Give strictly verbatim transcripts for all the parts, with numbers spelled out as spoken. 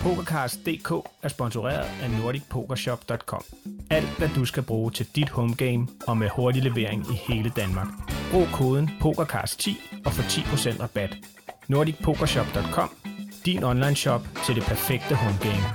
PokerCast punktum d k er sponsoreret af nordic poker shop punktum com. Alt, hvad du skal bruge til dit homegame og med hurtig levering i hele Danmark. Brug koden PokerCast ti og få ti procent rabat. nordic poker shop punktum com. Din online shop til det perfekte homegame.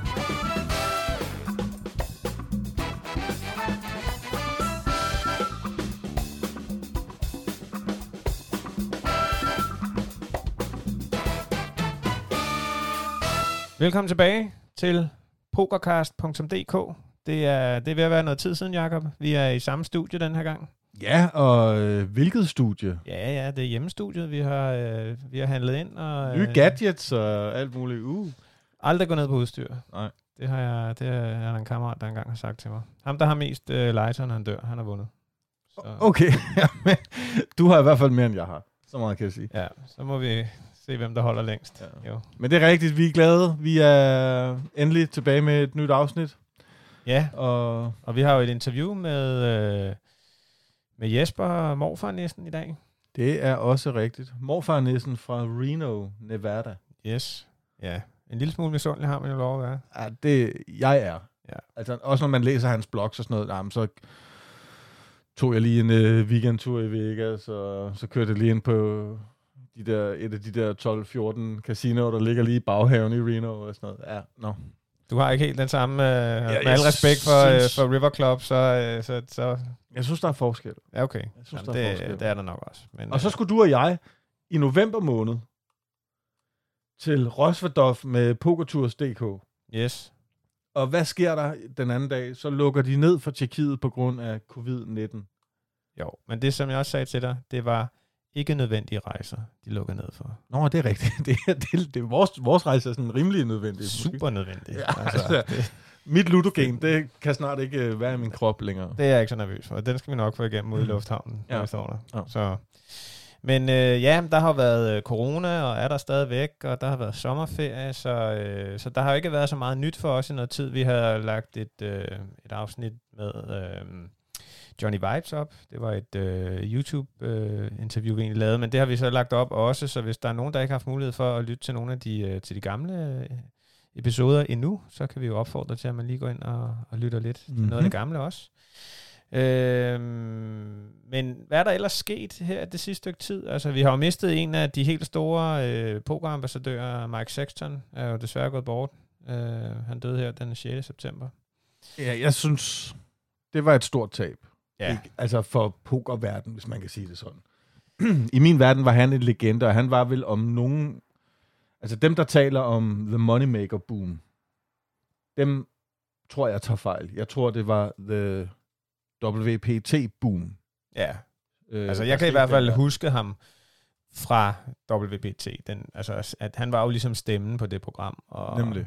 Velkommen tilbage til PokerCast punktum d k. Det er, det er ved at være noget tid siden, Jakob. Vi er i samme studie den her gang. Ja, og øh, hvilket studie? Ja, ja, det er hjemmestudiet, vi har, øh, vi har handlet ind. Og, Nye gadgets og alt muligt. Uh. Aldrig gå ned på udstyr. Nej. Det har jeg, det er en kammerat, der engang har sagt til mig. Ham, der har mest øh, legetøj, når han dør, han har vundet. Så. Okay, du har i hvert fald mere, end jeg har. Så meget kan jeg sige. Ja, så må vi se, hvem der holder længst. Ja. Jo. Men det er rigtigt, vi er glade. Vi er endelig tilbage med et nyt afsnit. Ja, og, og vi har jo et interview med, øh, med Jesper Morfarnissen i dag. Det er også rigtigt. Morfarnissen fra Reno, Nevada. Yes, ja. En lille smule misundelig har man jo lov at være. Ja, det jeg er. Ja. Altså, også når man læser hans blogs og sådan noget, jamen, så tog jeg lige en øh, weekendtur i Vegas, og så kørte jeg lige ind på de der, et af de der tolv fjorten casinoer, der ligger lige i baghaven i Reno og sådan noget. Ja, no. Du har ikke helt den samme, øh, ja, med al respekt for, synes, øh, for River Club, så, øh, så, så... Jeg synes, der er forskel. Ja, okay. Jeg synes, Jamen, der er det, forskel. det er der nok også. Men, og så skulle du og jeg i november måned til Rosverdorf med PokerTours punktum d k. Yes. Og hvad sker der den anden dag? Så lukker de ned for Tjekkiet på grund af covid nitten. Jo, men det, som jeg også sagde til dig, det var ikke nødvendige rejser, de lukker ned for. Nå, det er rigtigt. Det er, det er, det er vores, vores rejse er sådan rimelig nødvendig. Super nødvendig. Ja, altså, altså, det, mit ludogen, det kan snart ikke være i min krop længere. Det er jeg ikke så nervøs for. Den skal vi nok få igennem ude i lufthavnen. Ja. Ja. Så. Men øh, ja, der har været øh, corona, og er der stadigvæk, og der har været sommerferie, så, øh, så der har jo ikke været så meget nyt for os i noget tid. Vi har lagt et, øh, et afsnit med øh, Johnny Vibes op. Det var et øh, YouTube-interview, øh, vi egentlig lavede, men det har vi så lagt op også, så hvis der er nogen, der ikke har haft mulighed for at lytte til nogle af de, øh, til de gamle øh, episoder endnu, så kan vi jo opfordre til, at man lige går ind og, og lytter lidt mm-hmm. til noget af det gamle også. Øhm, men hvad er der ellers sket her det sidste stykke tid? Altså, vi har jo mistet en af de helt store øh, pokerambassadører, Mike Sexton, er jo desværre gået bort. Øh, han døde her den sjette september. Ja, jeg synes, det var et stort tab. Ja. Ikke? Altså for pokerverden, hvis man kan sige det sådan. I min verden var han en legende, og han var vel om nogen... Altså dem, der taler om the moneymaker boom, dem tror jeg tager fejl. Jeg tror, det var the W P T boom. Ja, øh, altså jeg kan i hvert fald huske ham fra W P T. Den, altså, at han var jo ligesom stemmen på det program. Og, nemlig.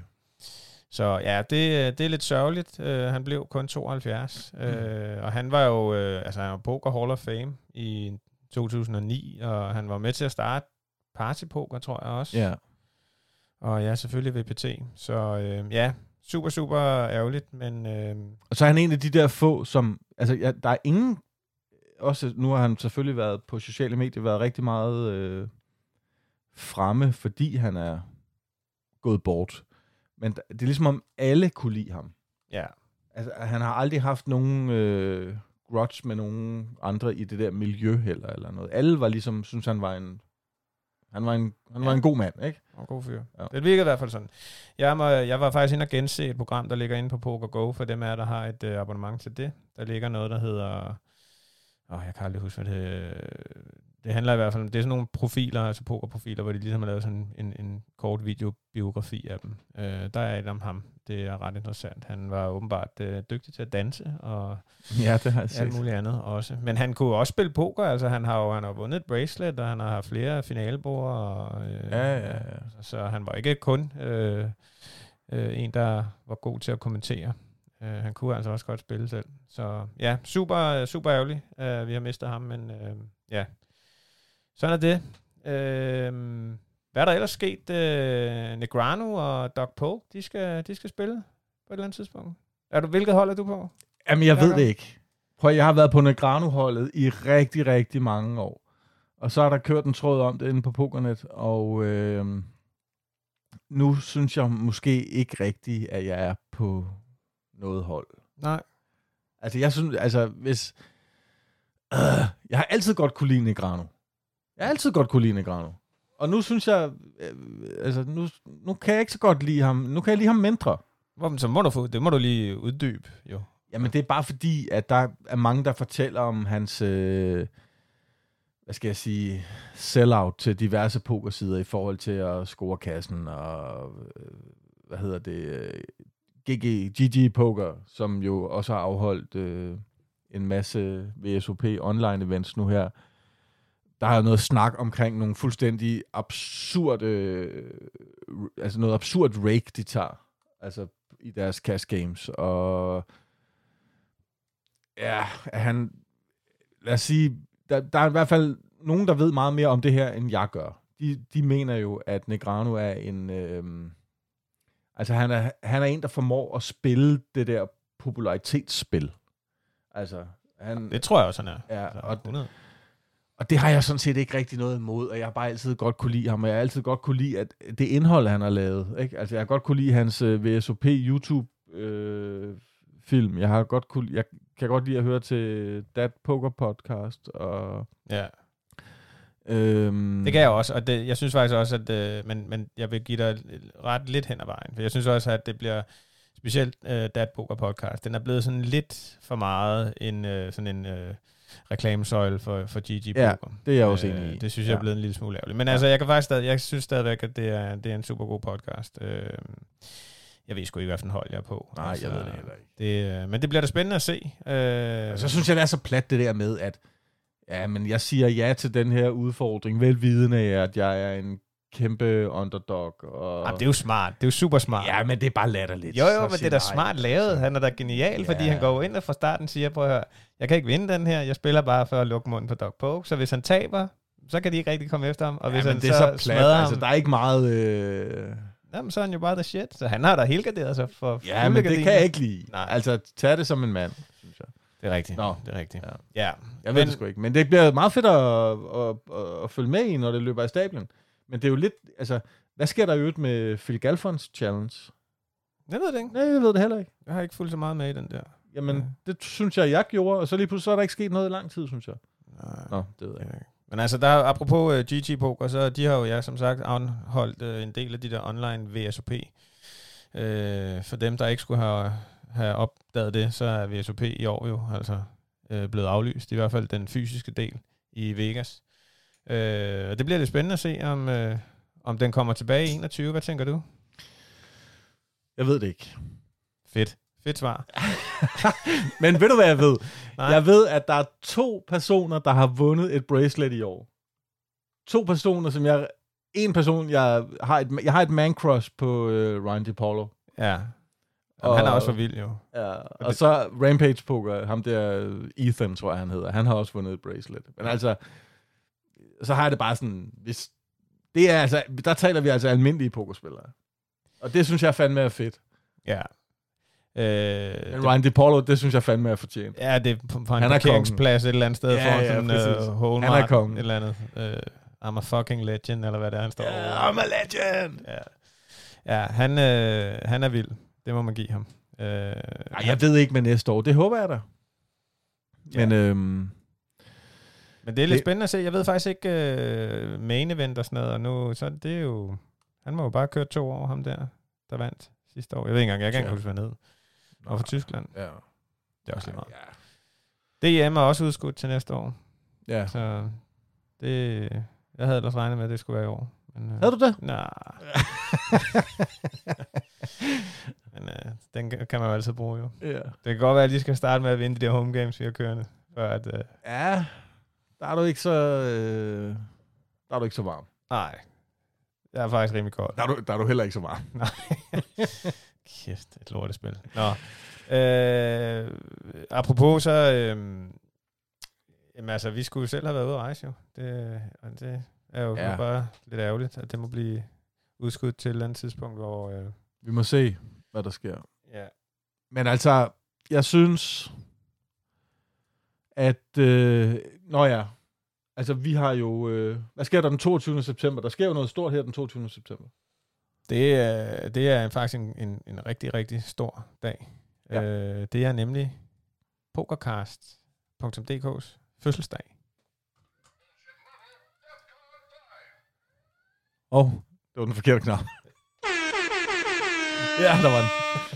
Så ja, det, det er lidt sørgeligt. Uh, han blev kun tooghalvfjerds. Mm. Uh, og han var jo uh, altså, han var Poker Hall of Fame i to tusind og ni, og han var med til at starte partypoker, tror jeg også. Ja. Og ja, selvfølgelig V P T. Så uh, ja, super, super ærgerligt, men... Uh, og så er han en af de der få, som... Altså, ja, der er ingen... Også nu har han selvfølgelig været på sociale medier, været rigtig meget øh, fremme, fordi han er gået bort. Men det er ligesom om alle kunne lide ham. Ja. Altså, han har aldrig haft nogen øh, grudge med nogen andre i det der miljø heller, eller noget. Alle var ligesom, synes han var en, han var en, han ja. var en god mand, ikke? Og god fyr. Ja. Det virkede i hvert fald sådan. Jeg, må, jeg var faktisk inde og gense et program, der ligger inde på PokerGo, for dem af der har et øh, abonnement til det. Der ligger noget, der hedder... Åh, oh, jeg kan aldrig huske, hvad det... Det handler i hvert fald om... Det er sådan nogle profiler, altså pokerprofiler, hvor de ligesom har lavet sådan en, en kort videobiografi af dem. Øh, der er et om ham. Det er ret interessant. Han var åbenbart øh, dygtig til at danse, og ja, det har jeg set. Alt muligt andet også. Men han kunne også spille poker. Altså, han har jo han har vundet et bracelet, og han har haft flere finalebord. Og, øh, ja, ja, ja. Så, så han var ikke kun øh, øh, en, der var god til at kommentere. Uh, han kunne altså også godt spille selv. Så ja, super, super ærgerligt, uh, vi har mistet ham, men uh, ja, sådan er det. Uh, hvad er der ellers sket? Uh, Negreanu og Doug Polk, de skal, de skal spille på et eller andet tidspunkt. Er du, hvilket hold er du på? Jamen, jeg ved det ikke. Prøv, jeg har været på Negreanu-holdet i rigtig, rigtig mange år. Og så har der kørt en tråd om det inde på Pokernet, og øh, nu synes jeg måske ikke rigtigt, at jeg er på noget hold. Nej. Altså, jeg synes, altså, hvis... Øh, jeg har altid godt kunne lide Negreanu. Jeg har altid godt kunne lide Negreanu. Og nu synes jeg... Øh, altså, nu, nu kan jeg ikke så godt lide ham. Nu kan jeg lide ham mindre. Hvorfor, så må du få... Det må du lige uddybe, jo. Jamen, det er bare fordi, at der er mange, der fortæller om hans... Øh, hvad skal jeg sige, sell-out til diverse pokersider i forhold til at score kassen og, hvad hedder det, G G, G G Poker, som jo også har afholdt øh, en masse V S O P online events nu her. Der er noget snak omkring nogle fuldstændig absurde, øh, altså noget absurd rake, de tager, altså i deres cash games, og ja, han, lad os sige, Der, der er i hvert fald nogen, der ved meget mere om det her, end jeg gør. De, de mener jo, at Negreanu er en... Øh, altså, han er, han er en, der formår at spille det der popularitetsspil. Altså, han... Det tror jeg også, han er. Ja, altså, og, og det har jeg sådan set ikke rigtig noget imod, og jeg har bare altid godt kunne lide ham, og jeg har altid godt kunne lide, at det indhold, han har lavet. Ikke? Altså, jeg har godt kunne lide hans øh, V S O P YouTube-film. Øh, jeg har godt kunne... Jeg, kan godt lide at høre til Dat Poker Podcast. Og, ja. Øhm, det kan jeg også, og det, jeg synes faktisk også, at øh, men, men jeg vil give dig ret lidt hen ad vejen, for jeg synes også, at det bliver specielt øh, Dat Poker Podcast. Den er blevet sådan lidt for meget en øh, sådan en øh, reklamesøjle for, for G G Poker. Ja, det er jeg også enig i. Øh, det synes jeg ja. er blevet en lille smule ærgerligt. Men ja. altså, jeg kan faktisk stadig, jeg synes stadigvæk, at det er, det er en super god podcast. Øh, Jeg ved sgu ikke, hvilken hold jeg er på. Nej, altså, jeg ved det heller ikke. Det, men det bliver da spændende at se. Øh, så synes jeg, det er så plat det der med, at ja, men jeg siger ja til den her udfordring, velvidende af, at jeg er en kæmpe underdog. Og... Jamen, det er jo smart. Det er jo super smart. Ja, men det er bare latterligt. Jo, jo, men det er da smart lavet. Han er da genial, ja. Fordi han går ind og fra starten siger, prøv at høre, jeg kan ikke vinde den her, jeg spiller bare for at lukke munden på Doug Polk, så hvis han taber, så kan de ikke rigtig komme efter ham. Og ja, hvis men han det er så, så plat. Altså, der er ikke meget... Øh... Jamen, så er han jo bare the shit. Så han har da helgarderet sig for ja, men det gardiner. Kan jeg ikke lide. Nej. Altså, tag det som en mand, synes jeg. Det er rigtigt. Nå. Det er rigtigt. Ja. ja. Jeg ved men, det sgu ikke. Men det bliver meget fedt at, at, at, at følge med i, når det løber af stablen. Men det er jo lidt... Altså, hvad sker der i øvrigt med Phil Galfons challenge? Jeg ved det ikke. Nej, jeg ved det heller ikke. Jeg har ikke fulgt så meget med i den der. Jamen, ja. Det synes jeg, jeg gjorde. Og så lige pludselig så er der ikke sket noget i lang tid, synes jeg. Nej. Nå, det ved jeg ikke. Men altså, der er, apropos uh, G G Poker, så de har jo, ja, som sagt, afholdt uh, en del af de der online V S O P. Uh, for dem, der ikke skulle have, have opdaget det, så er V S O P i år jo altså uh, blevet aflyst. I hvert fald den fysiske del i Vegas. Uh, og det bliver lidt spændende at se, om, uh, om den kommer tilbage i enogtyve. Hvad tænker du? Jeg ved det ikke. Fedt. Fedt svar. Men ved du, hvad jeg ved? Nej. Jeg ved, at der er to personer, der har vundet et bracelet i år. To personer, som jeg... En person, jeg har et, jeg har et man-crush på uh, Ryan DiPaolo. Ja. Og, han er også for vild, jo. Ja, og det, så Rampage Poker, ham der Ethan, tror jeg, han hedder. Han har også vundet et bracelet. Men altså, så har jeg det bare sådan... Hvis, det er altså, der taler vi altså almindelige pokerspillere. Og det synes jeg fandme er fedt. Ja. Øh, Men Ryan DiPaolo, det synes jeg fandme er fortjent. Ja, det er på, på en parkeringsplads et eller andet sted, ja, foran ja, sådan en uh, hole han er kongen. Et eller andet. Uh, I'm a fucking legend, eller hvad det er, han står yeah, over. I'm a legend! Ja, ja han, øh, han er vild. Det må man give ham. Øh, Ej, jeg ved ikke med næste år. Det håber jeg da. Ja. Men, øhm, Men det er lidt det... spændende at se. Jeg ved faktisk ikke øh, main event og sådan noget, og nu, så det er jo... Han må jo bare køre to år, ham der, der vandt sidste år. Jeg ved ikke engang, jeg kan ikke huske, hvad ned. Og fra Tyskland. Ja. Det er også lige meget. Ja. D M er også udskudt til næste år. Ja. Så det... Jeg havde ellers regnet med, at det skulle være i år. Men, øh, havde du det? Nej. Men øh, den kan man jo altid bruge, jo. Ja. Det kan godt være, at de skal starte med at vinde de der home games, vi har kørende. For at, øh, ja, der er du ikke så... Øh, der er du ikke så varm. Nej. Jeg er faktisk rimelig kold. Der er du, der er du heller ikke så varm. Nej. Kæft, et lortespil. Nå. Øh, apropos så... Øh, jamen altså, vi skulle jo selv have været ude at rejse, jo. Det, og det er jo ja. bare lidt ærgerligt, at det må blive udskudt til et eller andet tidspunkt, hvor... Øh, vi må se, hvad der sker. Ja. Men altså, jeg synes, at... Øh, nå ja, altså vi har jo... Øh, hvad sker der den toogtyvende september? Der sker jo noget stort her den toogtyvende september. Det er, det er faktisk en, en, en rigtig, rigtig stor dag. Ja. Øh, det er nemlig pokercast punktum d k's fødselsdag. Åh, oh, det var den forkerte knap. Ja, der var den.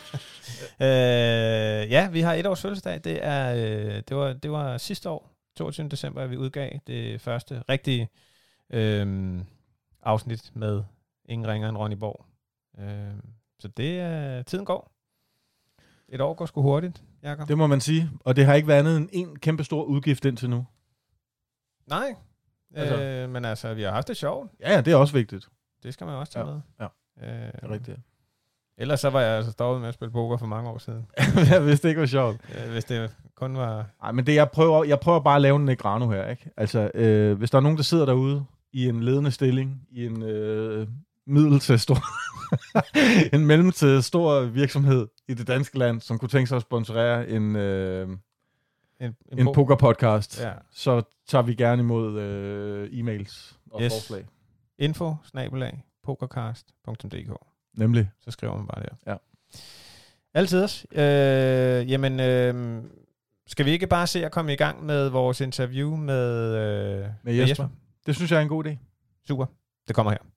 øh, ja, vi har et års fødselsdag. Det, er, øh, det, var, det var sidste år, toogtyvende december, at vi udgav det første rigtige øh, afsnit med ingen ringer end Ronny Borg. Øh, så det er, tiden går. Et år går sgu hurtigt, Jakob. Det må man sige. Og det har ikke været andet end en kæmpe stor udgift indtil nu. Nej, altså. Øh, men altså, vi har haft det sjovt. Ja, ja, det er også vigtigt. Det skal man også tage ja, med. Ja, øh, det er rigtigt. Ellers så var jeg altså stoppet med at spille poker for mange år siden. Jeg vidste det ikke var sjovt. Øh, hvis det kun var... Nej, men det jeg prøver, jeg prøver bare at lave en Negrano her, ikke? Altså, øh, hvis der er nogen, der sidder derude i en ledende stilling, i en øh, middel til stor... en mellem til stor virksomhed i det danske land, som kunne tænke sig at sponsorere en, øh, en, en, en poker-podcast, ja. Så tager vi gerne imod øh, e-mails og yes. forslag. Info snabelag pokercast punktum d k. Nemlig. Så skriver man bare der. Ja. Altid også. Øh, jamen, øh, skal vi ikke bare se at komme i gang med vores interview med, øh, med, med Jesper? Jesper? Det synes jeg er en god idé. Super. Det kommer her.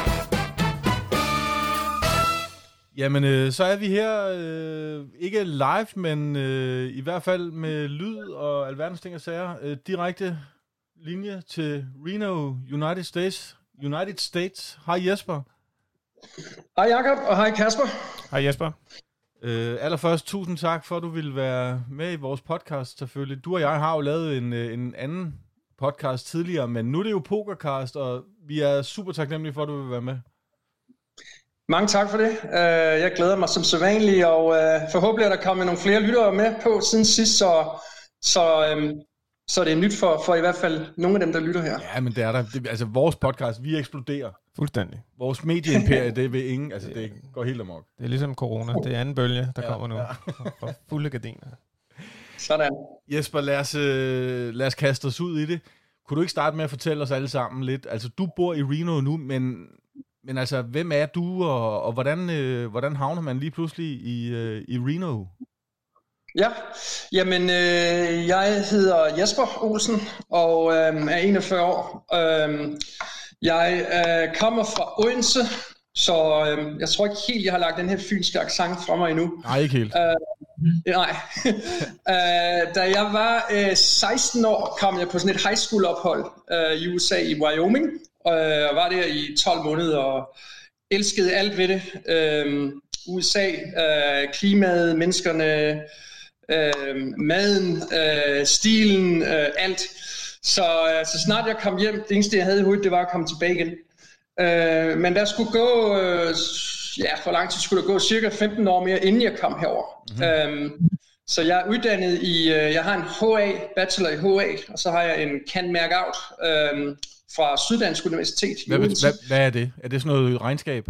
Jamen, øh, så er vi her, øh, ikke live, men øh, i hvert fald med lyd og alverdens ting og sager. Øh, direkte linje til Reno, United States. United States. Hej Jesper. Hej Jakob, og hej Kasper. Hej Jesper. Øh, allerførst, tusind tak for, at du ville være med i vores podcast, selvfølgelig. Du og jeg har jo lavet en, en anden podcast tidligere, men nu er det jo Pokercast, og vi er super taknemmelige for, at du vil være med. Mange tak for det. Jeg glæder mig som sædvanligt, og forhåbentlig er der kommet nogle flere lyttere med på siden sidst, så, så, så det er nyt for, for i hvert fald nogle af dem, der lytter her. Ja, men det er der. Det, altså, vores podcast, vi eksploderer. Fuldstændig. Vores medieimperie, det vil ingen, altså det går helt amok. Det er ligesom corona. Det er anden bølge, der ja, kommer nu. Ja. For fulde gardiner. Sådan. Jesper, lad os, øh, lad os kaste os ud i det. Kunne du ikke starte med at fortælle os alle sammen lidt? Altså, du bor i Reno nu, men... Men altså, hvem er du, og, og hvordan, øh, hvordan havner man lige pludselig i, øh, i Reno? Ja, jamen øh, jeg hedder Jesper Olsen og øh, er enogfyrre år. Øh, jeg øh, kommer fra Odense, så øh, jeg tror ikke helt, jeg har lagt den her fynske accent fra mig endnu. Nej, ikke helt. Øh, nej. øh, da jeg var øh, seksten år, kom jeg på sådan et high school ophold øh, i U S A i Wyoming. Og jeg var der i tolv måneder og elskede alt ved det. Øh, U S A, øh, klimaet, menneskerne, øh, maden, øh, stilen, øh, alt. Så, øh, så snart jeg kom hjem, det eneste jeg havde i hovedet, det var at komme tilbage igen. Øh, men der skulle gå, øh, ja, for lang tid skulle der gå cirka femten år mere, inden jeg kom herover. Mm-hmm. Øh, så jeg er uddannet i, øh, jeg har en H A, bachelor i H A, og så har jeg en Cand.Merc.Aut. Øh, fra Syddansk Universitet. Hvad, hvad, hvad er det? Er det sådan noget regnskab?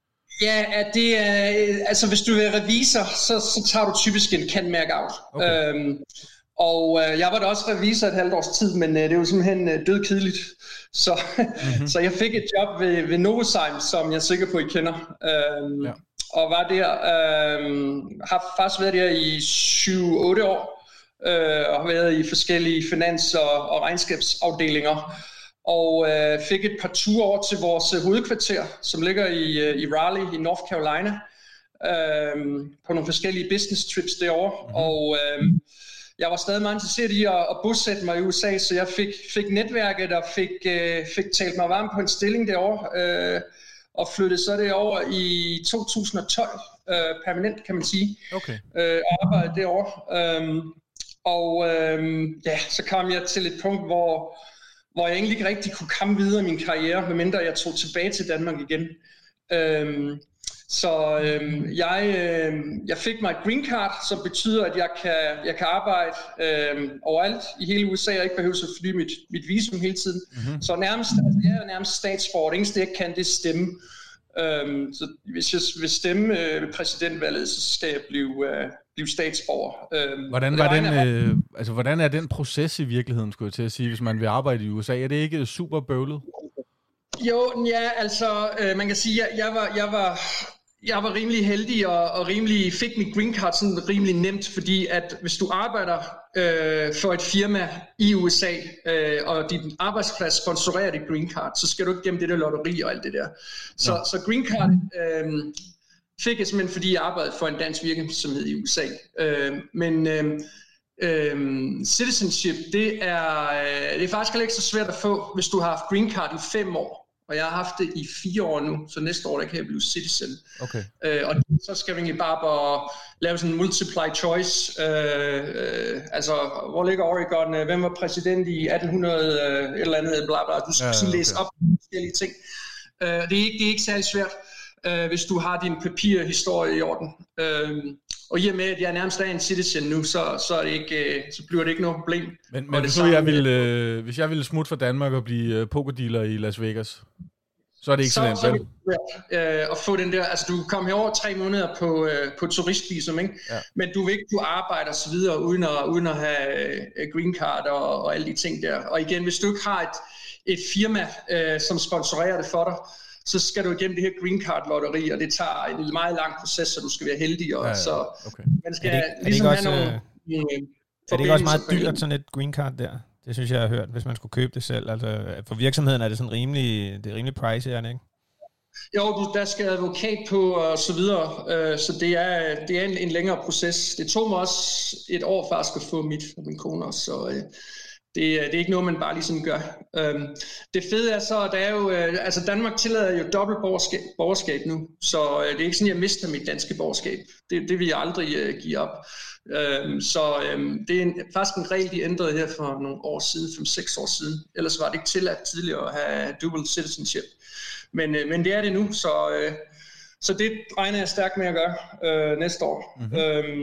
Ja, at det er, altså hvis du er revisor, så, så tager du typisk en Cand.Merc.Aut. Okay. Øhm, og øh, jeg var da også revisor et halvt års tid, men øh, det var simpelthen øh, dødkedeligt. Så, mm-hmm. så jeg fik et job ved, ved Novozymes, som jeg er sikker på, I kender. Øhm, ja. Og var der, øhm, har faktisk været der i syv otte år, øh, og har været i forskellige finans- og, og regnskabsafdelinger. Og øh, fik et par ture over til vores øh, hovedkvarter, som ligger i, øh, i Raleigh i North Carolina, øh, på nogle forskellige business trips derovre. Mm-hmm. Og øh, jeg var stadig meget interesseret i at, at bosætte mig i U S A, så jeg fik, fik netværket og fik, øh, fik talt mig varm på en stilling derovre, øh, og flyttede så derover i to tusind og tolv, øh, permanent kan man sige, okay. øh, og arbejdede derovre. Øh, og øh, ja, så kom jeg til et punkt, hvor hvor jeg egentlig ikke rigtig kunne komme videre i min karriere, medmindre jeg tog tilbage til Danmark igen. Øhm, så øhm, jeg, øhm, jeg fik mig et green card, som betyder, at jeg kan, jeg kan arbejde øhm, overalt i hele U S A, og ikke behøver at forny mit, mit visum hele tiden. Mm-hmm. Så nærmest, altså, jeg er nærmest statsborger. Det eneste, jeg kan, det er stemme. Øhm, så hvis jeg vil stemme øh, ved præsidentvalget, så skal jeg blive... Øh, blive statsborger. Øhm, hvordan, var den, øh, altså, hvordan er den proces i virkeligheden, skulle jeg til at sige, hvis man vil arbejde i U S A? Er det ikke super bøvlet? Jo, ja, altså, øh, man kan sige, jeg, jeg var... Jeg var Jeg var rimelig heldig og, og rimelig fik mit green card sådan rimelig nemt, fordi at hvis du arbejder øh, for et firma i U S A, øh, og din arbejdsplads sponsorerer dit green card, så skal du ikke gennem det der lotteri og alt det der. Så, ja. så green card øh, fik jeg simpelthen, fordi jeg arbejdede for en dansk virksomhed i U S A. Øh, men øh, øh, citizenship, det er, øh, det er faktisk heller ikke så svært at få, hvis du har haft green card i fem år. Og jeg har haft det i fire år nu, så næste år der kan jeg blive citizen. Okay. Øh, og så skal vi egentlig bare, bare lave sådan en multiply choice. Øh, øh, altså, hvor ligger Oregon? Hvem var præsident i atten hundrede? Øh, et eller andet, bla bla. Du skal ja, sådan okay. læse op forskellige ting. Øh, det, er ikke, det er ikke særlig svært, øh, hvis du har din papirhistorie i orden. Øh, og i og med, at jeg nærmest er en citizen nu, så, så, er det ikke, så bliver det ikke noget problem. Men, men hvis, samme, jeg ville, øh, hvis jeg ville smutte fra Danmark og blive øh, pokerdealer i Las Vegas, så er det ikke så, så nemt, vel? Øh, at få den der, altså du kan komme herover tre måneder på, øh, på turistvisum, ikke? Ja. Men du vil ikke kunne arbejde og så videre, uden at, uden at have øh, green card og, og alle de ting der. Og igen, hvis du ikke har et, et firma, øh, som sponsorerer det for dig, så skal du igennem det her green card lotteri, og det tager en meget lang proces, så du skal være heldig. Og, ja, ja. Så okay. man skal er det, ligesom er have det også, nogle... Øh, er det ikke også meget dyrt, sådan et green card der? Det synes jeg, jeg har hørt, hvis man skulle købe det selv. Altså, for virksomheden er det sådan rimelig, det er rimelig pricey, er det ikke? Jo, du, der skal advokat på og så videre, øh, så det er, det er en, en længere proces. Det tog mig også et år faktisk at få mit og min kone også, så øh, det, det er ikke noget, man bare lige sådan gør. Øh, det fede er så, at der er jo, øh, altså Danmark tillader jo dobbelt borgerskab, borgerskab nu, så øh, det er ikke sådan, at jeg mister mit danske borgerskab. Det, det vil jeg aldrig øh, give op. Øh, så øh, det er en, faktisk en regel, de ændrede her for nogle år siden, fem seks år siden. Ellers var det ikke tilladt tidligere at have dual citizenship. Men, øh, men det er det nu, så, øh, så det regner jeg stærkt med at gøre øh, næste år. Mm-hmm. Øhm,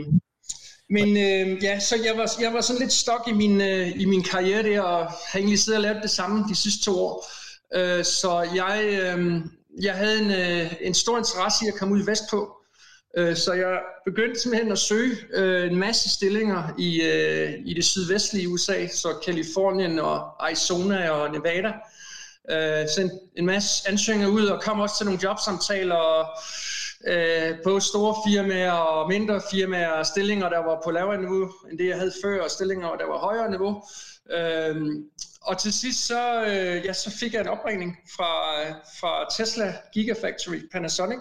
men øh, ja, så jeg var, jeg var sådan lidt stok i min, øh, i min karriere der, og har egentlig siddet og lavet det samme de sidste to år. Øh, så jeg, øh, jeg havde en, øh, en stor interesse i at komme ud vestpå. Øh, så jeg begyndte simpelthen at søge øh, en masse stillinger i, øh, i det sydvestlige U S A, så Californien og Arizona og Nevada. Uh, sendte en masse ansøgninger ud og kom også til nogle jobsamtaler og, uh, på store firmaer og mindre firmaer og stillinger, der var på lavere niveau end det jeg havde før, og stillinger, der var højere niveau. Uh, og til sidst så, uh, ja, så fik jeg en opringning fra, fra Tesla Gigafactory Panasonic.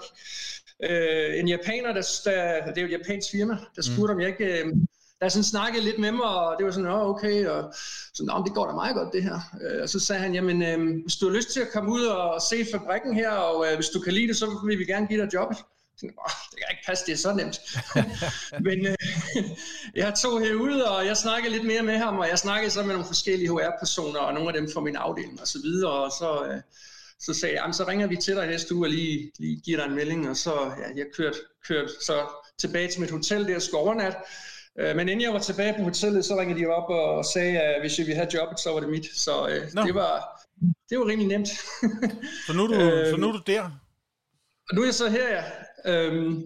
Uh, en japaner, der, der, det er jo et japansk firma, der spurgte mm. om jeg ikke... Uh, Der sådan snakkede lidt med mig, og det var sådan, åh, okay, og sådan, det går da meget godt det her. Og så sagde han, jamen, øh, hvis du har lyst til at komme ud og se fabrikken her, og øh, hvis du kan lide det, så vil vi gerne give dig jobbet. Så, det kan ikke passe, det er så nemt. Men øh, jeg tog herude, og jeg snakkede lidt mere med ham, og jeg snakkede så med nogle forskellige H R-personer, og nogle af dem fra min afdeling og så videre, og så, øh, så sagde jeg, jamen, så ringer vi til dig næste uge og lige, lige giver dig en melding, og så ja, jeg kørte, kørte så tilbage til mit hotel der og skulle overnatte. Men inden jeg var tilbage på hotellet, så ringede de op og sagde, at hvis jeg ville have jobbet, så var det mit. Så øh, no. det, var, det var rimelig nemt. så, nu er du, øh, så nu er du der? Og nu er jeg så her, ja. Øhm,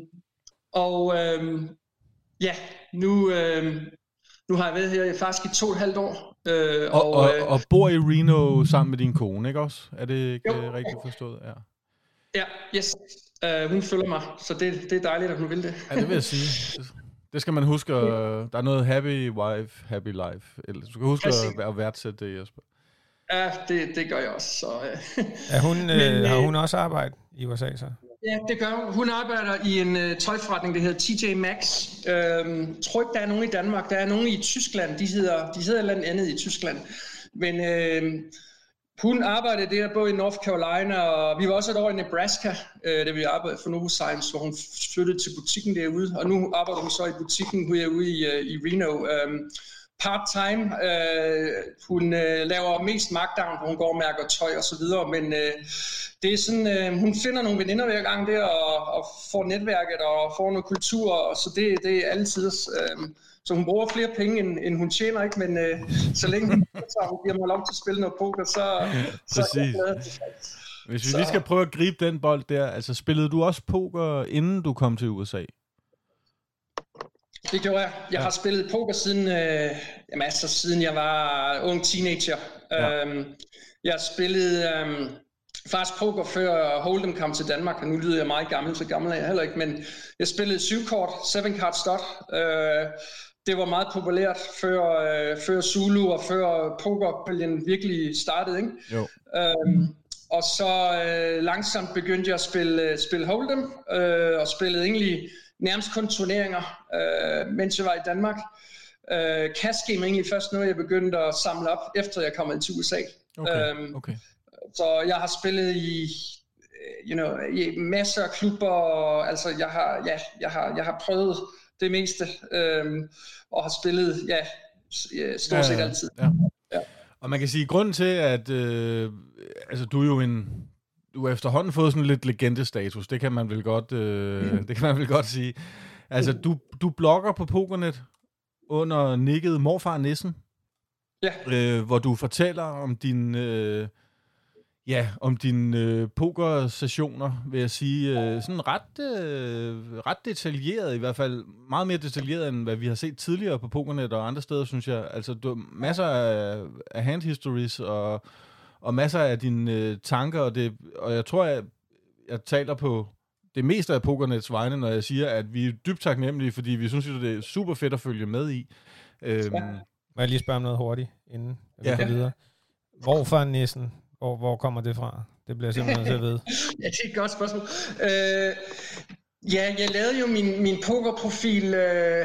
og øhm, ja, nu, øhm, nu har jeg været her faktisk i to og et halvt år. Øh, og, og, og, øh, og bor i Reno sammen med din kone, ikke også? Er det ikke jo. rigtigt forstået? Ja, ja yes. Uh, hun følger mig, så det, det er dejligt, at hun vil det. Ja, det vil jeg sige. Det skal man huske, der er noget happy wife, happy life. Du skal huske at, at værdsætte det, Jesper. Ja, det, det gør jeg også. Så, øh. er hun, Men, øh, har hun også arbejdet i U S A så? Ja, det gør hun. Hun arbejder i en uh, tøjforretning, der hedder T J Maxx. Øhm, tror ikke, der er nogen i Danmark. Der er nogen i Tyskland. De hedder, de hedder et eller andet andet i Tyskland. Men... Øh, Hun arbejdede der både i North Carolina, og vi var også et år i Nebraska, øh, da vi arbejdede for Novozymes, hvor hun flyttede til butikken derude. Og nu arbejder hun så i butikken herude i, uh, i Reno. Um, part-time. Uh, hun uh, laver mest markdown, hvor hun går og mærker tøj og så videre. Men uh, det er sådan, uh, hun finder nogle veninder hver gang der, og, og får netværket og får noget kultur. Og så det, det er altid. Uh, Så hun bruger flere penge, end, end hun tjener, ikke? Men øh, så længe hun giver mig lov til at spille noget poker, så, så er jeg glad. Hvis vi så. lige skal prøve at gribe den bold der, altså spillede du også poker, inden du kom til U S A? Det gjorde jeg. Jeg ja. har spillet poker siden, øh, jamen, altså, siden jeg var ung teenager. Ja. Øhm, jeg spillede... Øh, faktisk poker før Hold'em kom til Danmark, og nu lyder jeg meget gammel, så gammel er jeg heller ikke, men jeg spillede syv kort, seven card stud. Øh, det var meget populært før, øh, før Zulu og før pokerbølgen virkelig startede, ikke? Jo. Øhm, og så øh, langsomt begyndte jeg at spille, spille Hold'em, øh, og spillede egentlig nærmest kun turneringer, øh, mens jeg var i Danmark. Øh, cash game er egentlig først noget, jeg begyndte at samle op, efter jeg kom til U S A. Okay, øhm, okay. Så jeg har spillet i, you know, i masser af klubber, og, altså jeg har, ja, jeg har, jeg har prøvet det meste, øhm, og har spillet, ja, stort set ja, ja, altid. Ja. Ja. Og man kan sige, grunden til, at øh, altså, du er jo en, du har efterhånden fået sådan lidt legendestatus, det kan man vel godt, øh, mm. det kan man vel godt sige. Altså, du, du blogger på Pokernet under nicket Morfar Nissen, ja. øh, hvor du fortæller om din, øh, ja, om dine øh, pokersessioner, vil jeg sige, øh, sådan ret, øh, ret detaljeret, i hvert fald meget mere detaljeret, end hvad vi har set tidligere på Pokernet og andre steder, synes jeg. Altså, du, masser af, af hand histories og, og masser af dine øh, tanker, og, det, og jeg tror, jeg, jeg taler på det meste af Pokernets vegne, når jeg siger, at vi er dybt taknemmelige, fordi vi synes, det er super fedt at følge med i. Øhm, ja. Må jeg lige spørge om noget hurtigt, inden vi ja. går videre? Hvorfor Nissen? Hvor, hvor kommer det fra? Det bliver simpelthen til at vide. Ja, det er et godt spørgsmål. Øh, ja, jeg lavede jo min, min pokerprofil... Øh,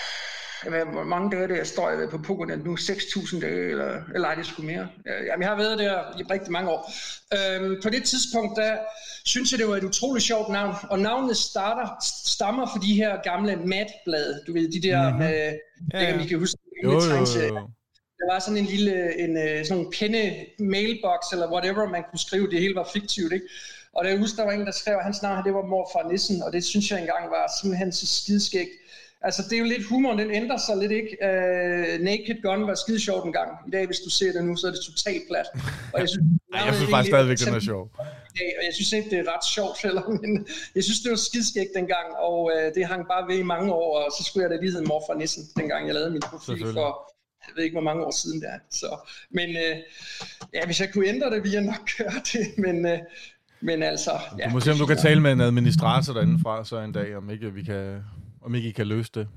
hvor mange dage det, jeg står jeg ved på Pokernet nu? seks tusind dage, eller, eller ej, det sgu mere. Jamen, jeg har været der i rigtig mange år. Øhm, på det tidspunkt, der synes jeg, det var et utroligt sjovt navn. Og navnet starter, stammer fra de her gamle matblade. Du ved, de der mm-hmm. med... Ja, ja. ja. Vi kan huske, jo, jo, jo, jo. Der var sådan en lille en, sådan en penne mailbox, eller whatever, man kunne skrive. Det hele var fiktivt, ikke? Og jeg husker, der var en, der skrev, at hans navn, det var Morfar Nissen. Og det synes jeg engang var simpelthen så skideskægt. Altså, det er jo lidt humor, den ændrer sig lidt, ikke? Uh, Naked Gun var skide sjovt en gang. I dag, hvis du ser det nu, så er det totalt plat. Og jeg synes, Ej, jeg synes faktisk stadigvæk, det er sjovt. Og jeg synes ikke, det er ret sjovt heller, men jeg synes, det var skideskægt dengang, og uh, det hang bare ved i mange år, og så skulle jeg da lige hedde Morfar Nissen, dengang jeg lavede min profil for, jeg ved ikke, hvor mange år siden det er. Så, men uh, ja, hvis jeg kunne ændre det, ville jeg nok gøre det, men... Uh, men altså... Ja, du må se, om du kan tale med en administrator derindefra så en dag, om ikke vi kan... Om ikke I kan løse det.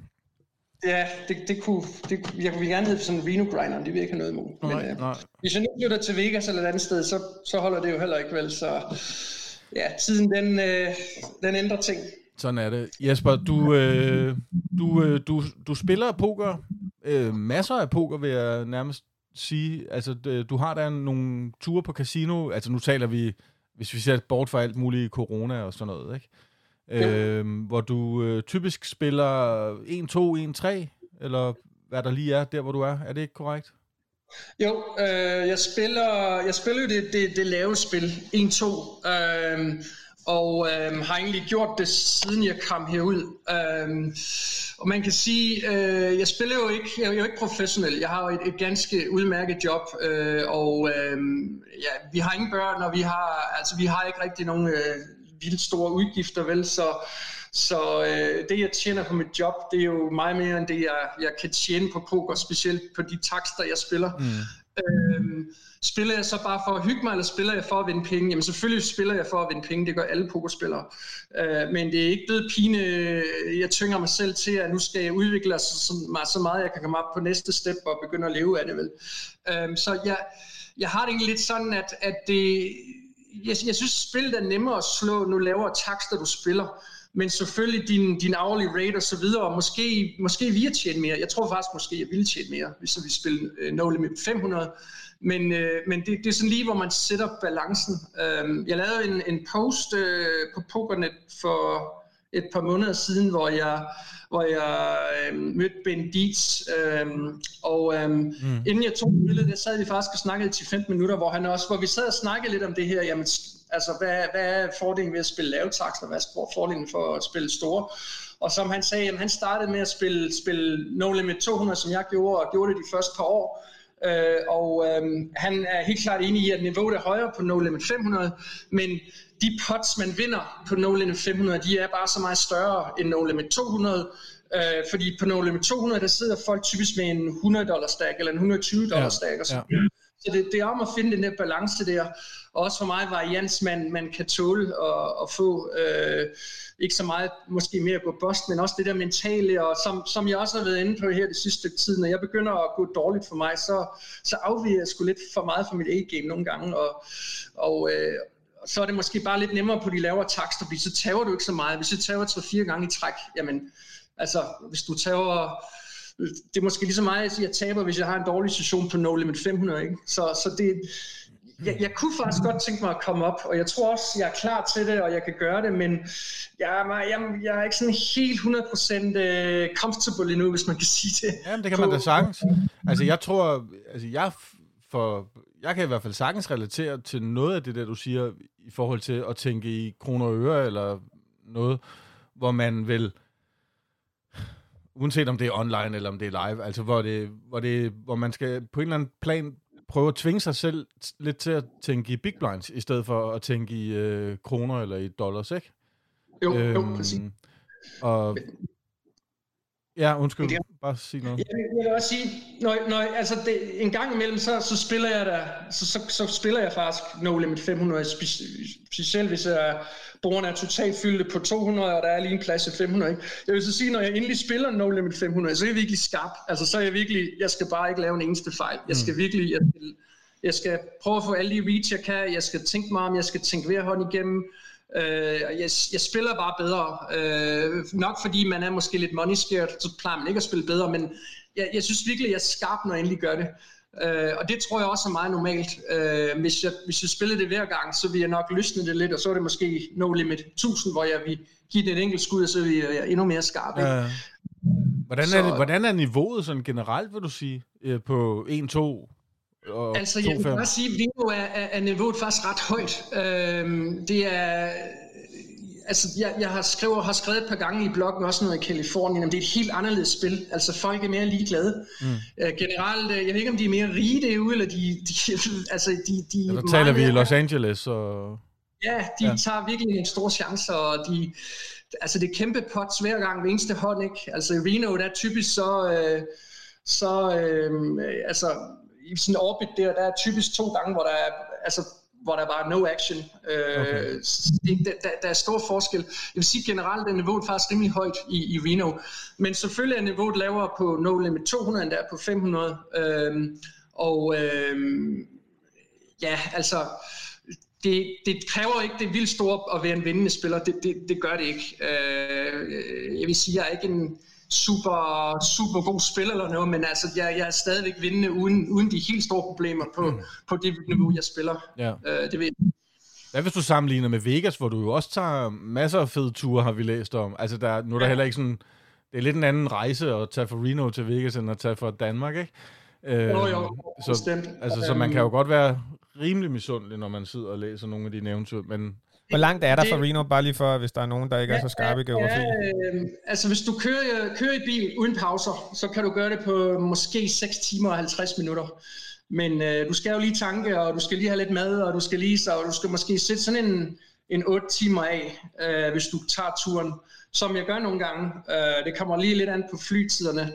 Ja, det, det kunne... Det, jeg ville gerne hedde sådan en Reno Grinder, det vil jeg ikke have noget imod. Nej, men, øh, nej. Hvis jeg nu flytter til Vegas eller et andet sted, så, så holder det jo heller ikke vel. Så ja, tiden den, øh, den ændrer ting. Sådan er det. Jesper, du, øh, du, øh, du, du spiller poker. Øh, masser af poker, vil jeg nærmest sige. Altså, du har der nogle ture på casino. Altså, nu taler vi... Hvis vi ser bort for alt muligt corona og sådan noget, ikke? Øhm, hvor du øh, typisk spiller en to, en tre, eller hvad der lige er, der hvor du er. Er det ikke korrekt? Jo, øh, jeg spiller jeg spiller jo det, det, det lave spil, en to, øh, og øh, har egentlig gjort det, siden jeg kom herud. Øh, og man kan sige, øh, jeg spiller jo ikke, jeg er jo ikke professionel. Jeg har jo et, et ganske udmærket job, øh, og øh, ja, vi har ingen børn, og vi har, altså, vi har ikke rigtig nogen... Øh, vildt store udgifter, vel, så, så øh, det jeg tjener på mit job, det er jo meget mere end det jeg, jeg kan tjene på poker, specielt på de takster jeg spiller. Mm. Øhm, spiller jeg så bare for at hygge mig, eller spiller jeg for at vinde penge? Jamen selvfølgelig spiller jeg for at vinde penge, det gør alle pokerspillere, øh, men det er ikke blevet pine, jeg tynger mig selv til, at nu skal jeg udvikle så, så, så meget, jeg kan komme op på næste step og begynde at leve af det, vel. Øhm, så jeg, jeg har det egentlig lidt sådan, at, at det Jeg, jeg synes, spillet er nemmere at slå, nu lavere takster, du spiller. Men selvfølgelig din, din hourly rate og så videre, og måske, måske vi tjene mere. Jeg tror faktisk, måske jeg ville tjene mere, hvis vi spiller uh, No Limit fem hundrede. Men, uh, men det, det er sådan lige, hvor man sætter balancen. Uh, jeg lavede en, en post uh, på Pokernet for et par måneder siden, hvor jeg, hvor jeg øh, mødte Ben Dietz, øh, og øh, mm. inden jeg tog billedet, der sad vi faktisk og snakkede til femten minutter, hvor han også, hvor vi sad og snakkede lidt om det her, jamen, altså hvad, hvad er fordelen ved at spille lave takster, hvad er fordelen for at spille store, og som han sagde, jamen, han startede med at spille, spille No Limit to hundrede, som jeg gjorde, og gjorde det de første par år, øh, og øh, han er helt klart enig i, at niveauet er højere på No Limit fem hundrede, men de pots, man vinder på No Limit fem hundrede, de er bare så meget større end No Limit to hundrede, øh, fordi på No Limit to hundrede, der sidder folk typisk med en hundrede dollar stack, eller en hundrede og tyve dollar stack, og så, ja. så Så det, det er om at finde den der balance der, og også for mig varians, man, man kan tåle og, og få, øh, ikke så meget måske mere at gå bust, men også det der mentale, og som, som jeg også har været inde på her det sidste stykke tid, når jeg begynder at gå dårligt for mig, så, så afviger jeg sgu lidt for meget fra mit A-game nogle gange, og, og øh, så er det måske bare lidt nemmere på de lavere takster, fordi så tager du ikke så meget. Hvis du tager tre-fire gange i træk, jamen, altså, hvis du tager, det er måske lige så meget, at jeg taber, hvis jeg har en dårlig session på No Limit fem hundrede, ikke? Så, så det, jeg, jeg kunne faktisk godt tænke mig at komme op, og jeg tror også, jeg er klar til det, og jeg kan gøre det, men jeg, jeg, jeg er ikke sådan helt hundrede procent comfortable endnu, hvis man kan sige det. Jamen, det kan man da sagtens. Altså, jeg tror, altså, jeg for... Jeg kan i hvert fald sagtens relatere til noget af det der, du siger, i forhold til at tænke i kroner og øre, eller noget, hvor man vil, uanset om det er online, eller om det er live, altså hvor, det, hvor, det, hvor man skal på en eller anden plan prøve at tvinge sig selv lidt til at tænke i big blinds, i stedet for at tænke i øh, kroner eller i dollars, ikke? Jo, øhm, jo, præcis. Og... Ja, undskyld. Bare sig noget. Jeg, jeg vil også sige, når, når, altså det, en gang imellem, så, så spiller jeg der, så, så, så spiller jeg faktisk No Limit fem hundrede, specielt hvis jeg, bordene er totalt fyldte på to hundrede, og der er lige en plads i fem hundrede. Ikke? Jeg vil så sige, når jeg endelig spiller No Limit fem hundrede, så er jeg virkelig skarp. Altså så er jeg virkelig, jeg skal bare ikke lave en eneste fejl. Jeg skal virkelig, jeg skal, jeg skal prøve at få alle de reach, jeg kan. Jeg skal tænke mig om, jeg skal tænke hver hånd igennem. Uh, jeg, jeg spiller bare bedre, uh, nok fordi man er måske lidt money scared, så plejer man ikke at spille bedre, men jeg, jeg synes virkelig, jeg er skarp, når jeg endelig gør det, uh, og det tror jeg også er meget normalt. Uh, hvis, jeg, hvis jeg spiller det hver gang, så vil jeg nok løsne det lidt, og så er det måske No Limit tusind, hvor jeg vil give det et enkelt skud, og så vil jeg endnu mere skarp. Ikke? Uh, hvordan, er det, hvordan er niveauet sådan generelt, vil du sige, på en to? Og altså jeg vil bare sige, at Vino er, er, er niveauet faktisk ret højt. Øhm, det er, altså jeg, jeg har, skrevet, har skrevet et par gange i bloggen, også noget i Californien, men det er et helt anderledes spil. Altså folk er mere ligeglade. Mm. Øh, generelt, jeg ved ikke om de er mere rige derude, eller de, de, altså de, de ja, der taler vi i Los Angeles. Og... Ja, de ja. tager virkelig nogle store chancer, og de, altså det er kæmpe pots hver gang ved eneste hånd, ikke? Altså i Reno, der er typisk så, øh, så øh, altså i sådan en orbit der, der er typisk to gange, hvor der er, altså, hvor der bare er no action. Okay. Øh, det, der, der er stor forskel. Jeg vil sige generelt, er niveauet faktisk rimelig højt i, i Reno. Men selvfølgelig er niveauet lavere på No Limit to hundrede, end der er på fem hundrede. Øh, og øh, ja, altså, det, det kræver ikke det vildt store at være en vindende spiller. Det, det, det gør det ikke. Øh, jeg vil sige, jeg er ikke en super, super god spiller eller noget, men altså, jeg, jeg er stadigvæk vindende uden, uden de helt store problemer på, mm. på det niveau, jeg spiller. Ja. Øh, det ved jeg. Hvad hvis du sammenligner med Vegas, hvor du jo også tager masser af fede ture, har vi læst om. Altså, der, nu er der ja. heller ikke sådan... Det er lidt en anden rejse at tage fra Reno til Vegas, end at tage fra Danmark, ikke? Øh, jo, jo, så, bestemt. Altså, så man kan jo godt være rimelig misundelig, når man sidder og læser nogle af dine eventyr, men... Hvor langt er der fra Reno, bare lige for, hvis der er nogen, der ikke ja, er så skarpe i geografi? Ja, øh, altså hvis du kører, kører i bil uden pauser, så kan du gøre det på måske seks timer og halvtreds minutter. Men øh, du skal jo lige tanke, og du skal lige have lidt mad, og du skal lige så, og du skal måske sætte sådan en, en otte timer af, øh, hvis du tager turen, som jeg gør nogle gange. Øh, det kommer lige lidt an på flytiderne.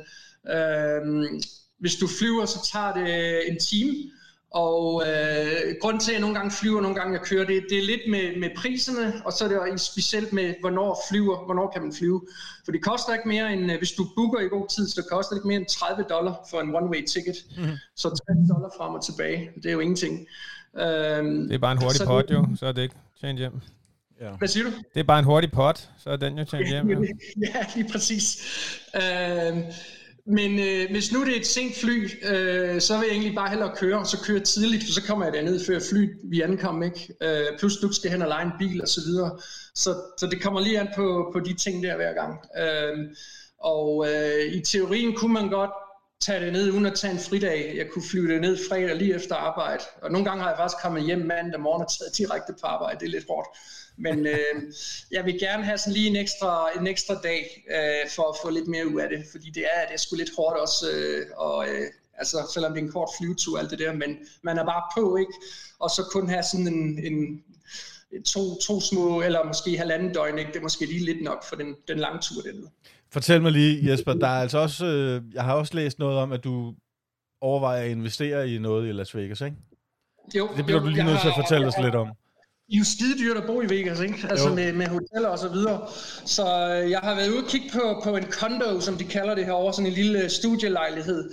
Øh, hvis du flyver, så tager det en time. Og øh, grunden til, at jeg nogle gange flyver, nogle gange jeg kører, det, det er lidt med, med priserne, og så er det specielt med, hvornår flyver, hvornår kan man flyve. For det koster ikke mere end, hvis du booker i god tid, så koster det ikke mere end tredive dollar for en one-way ticket. Mm-hmm. Så tres dollar frem og tilbage, det er jo ingenting. Øhm, det er bare en hurtig pot jo, så er det ikke tjent hjem. Ja. Hvad siger du? Det er bare en hurtig pot, så er den jo tjent hjem. Ja, ja lige præcis. Øhm, Men øh, hvis nu det er et sent fly, øh, så vil jeg egentlig bare hellere køre, så køre tidligt, for så kommer jeg derned før flyet vi ankom, ikke? Øh, plus du skal hen og lege en bil og så videre. Så, så det kommer lige an på, på de ting der hver gang. Øh, og øh, i teorien kunne man godt tage det ned uden at tage en fridag. Jeg kunne flyve det ned fredag lige efter arbejde. Og nogle gange har jeg faktisk kommet hjem mandag morgen og taget direkte på arbejde. Det er lidt hårdt. Men øh, jeg vil gerne have sådan lige en ekstra, en ekstra dag øh, for at få lidt mere ud af det. Fordi det er, det er sgu lidt hårdt også. Øh, og, øh, altså, selvom det er en kort flyvetur og alt det der. Men man er bare på, ikke? Og så kun have sådan en, en to, to små, eller måske halvanden døgn, ikke? Det er måske lige lidt nok for den, den lange tur dernede. Fortæl mig lige, Jesper, der er altså også, øh, jeg har også læst noget om, at du overvejer at investere i noget i Las Vegas, ikke? Jo, det bliver jo, du lige nødt til at fortælle os lidt om. Det er jo skide dyrt at bo i Vegas, ikke? Altså med, med hoteller og så videre. Så jeg har været ude og kigge på, på en condo, som de kalder det herovre, sådan en lille studielejlighed.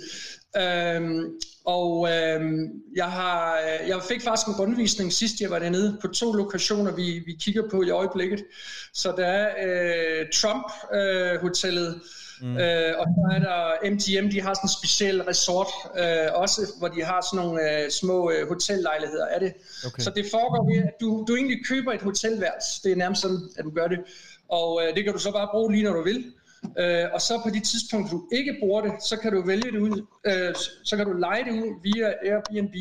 Øhm, og øhm, jeg, har, jeg fik faktisk en rundvisning sidst jeg var dernede på to lokationer, vi, vi kigger på i øjeblikket. Så der er øh, Trump-hotellet, øh, mm. øh, og så er der M G M, de har sådan en speciel resort øh, også, hvor de har sådan nogle øh, små øh, hotellejligheder af det. Okay. Så det foregår ved, at du, du egentlig køber et hotelværelse. Det er nærmest sådan, at du gør det. Og øh, det kan du så bare bruge lige når du vil. Uh, og så på de tidspunkter du ikke bruger det, så kan du vælge det ud, uh, så kan du leje det ud via Airbnb,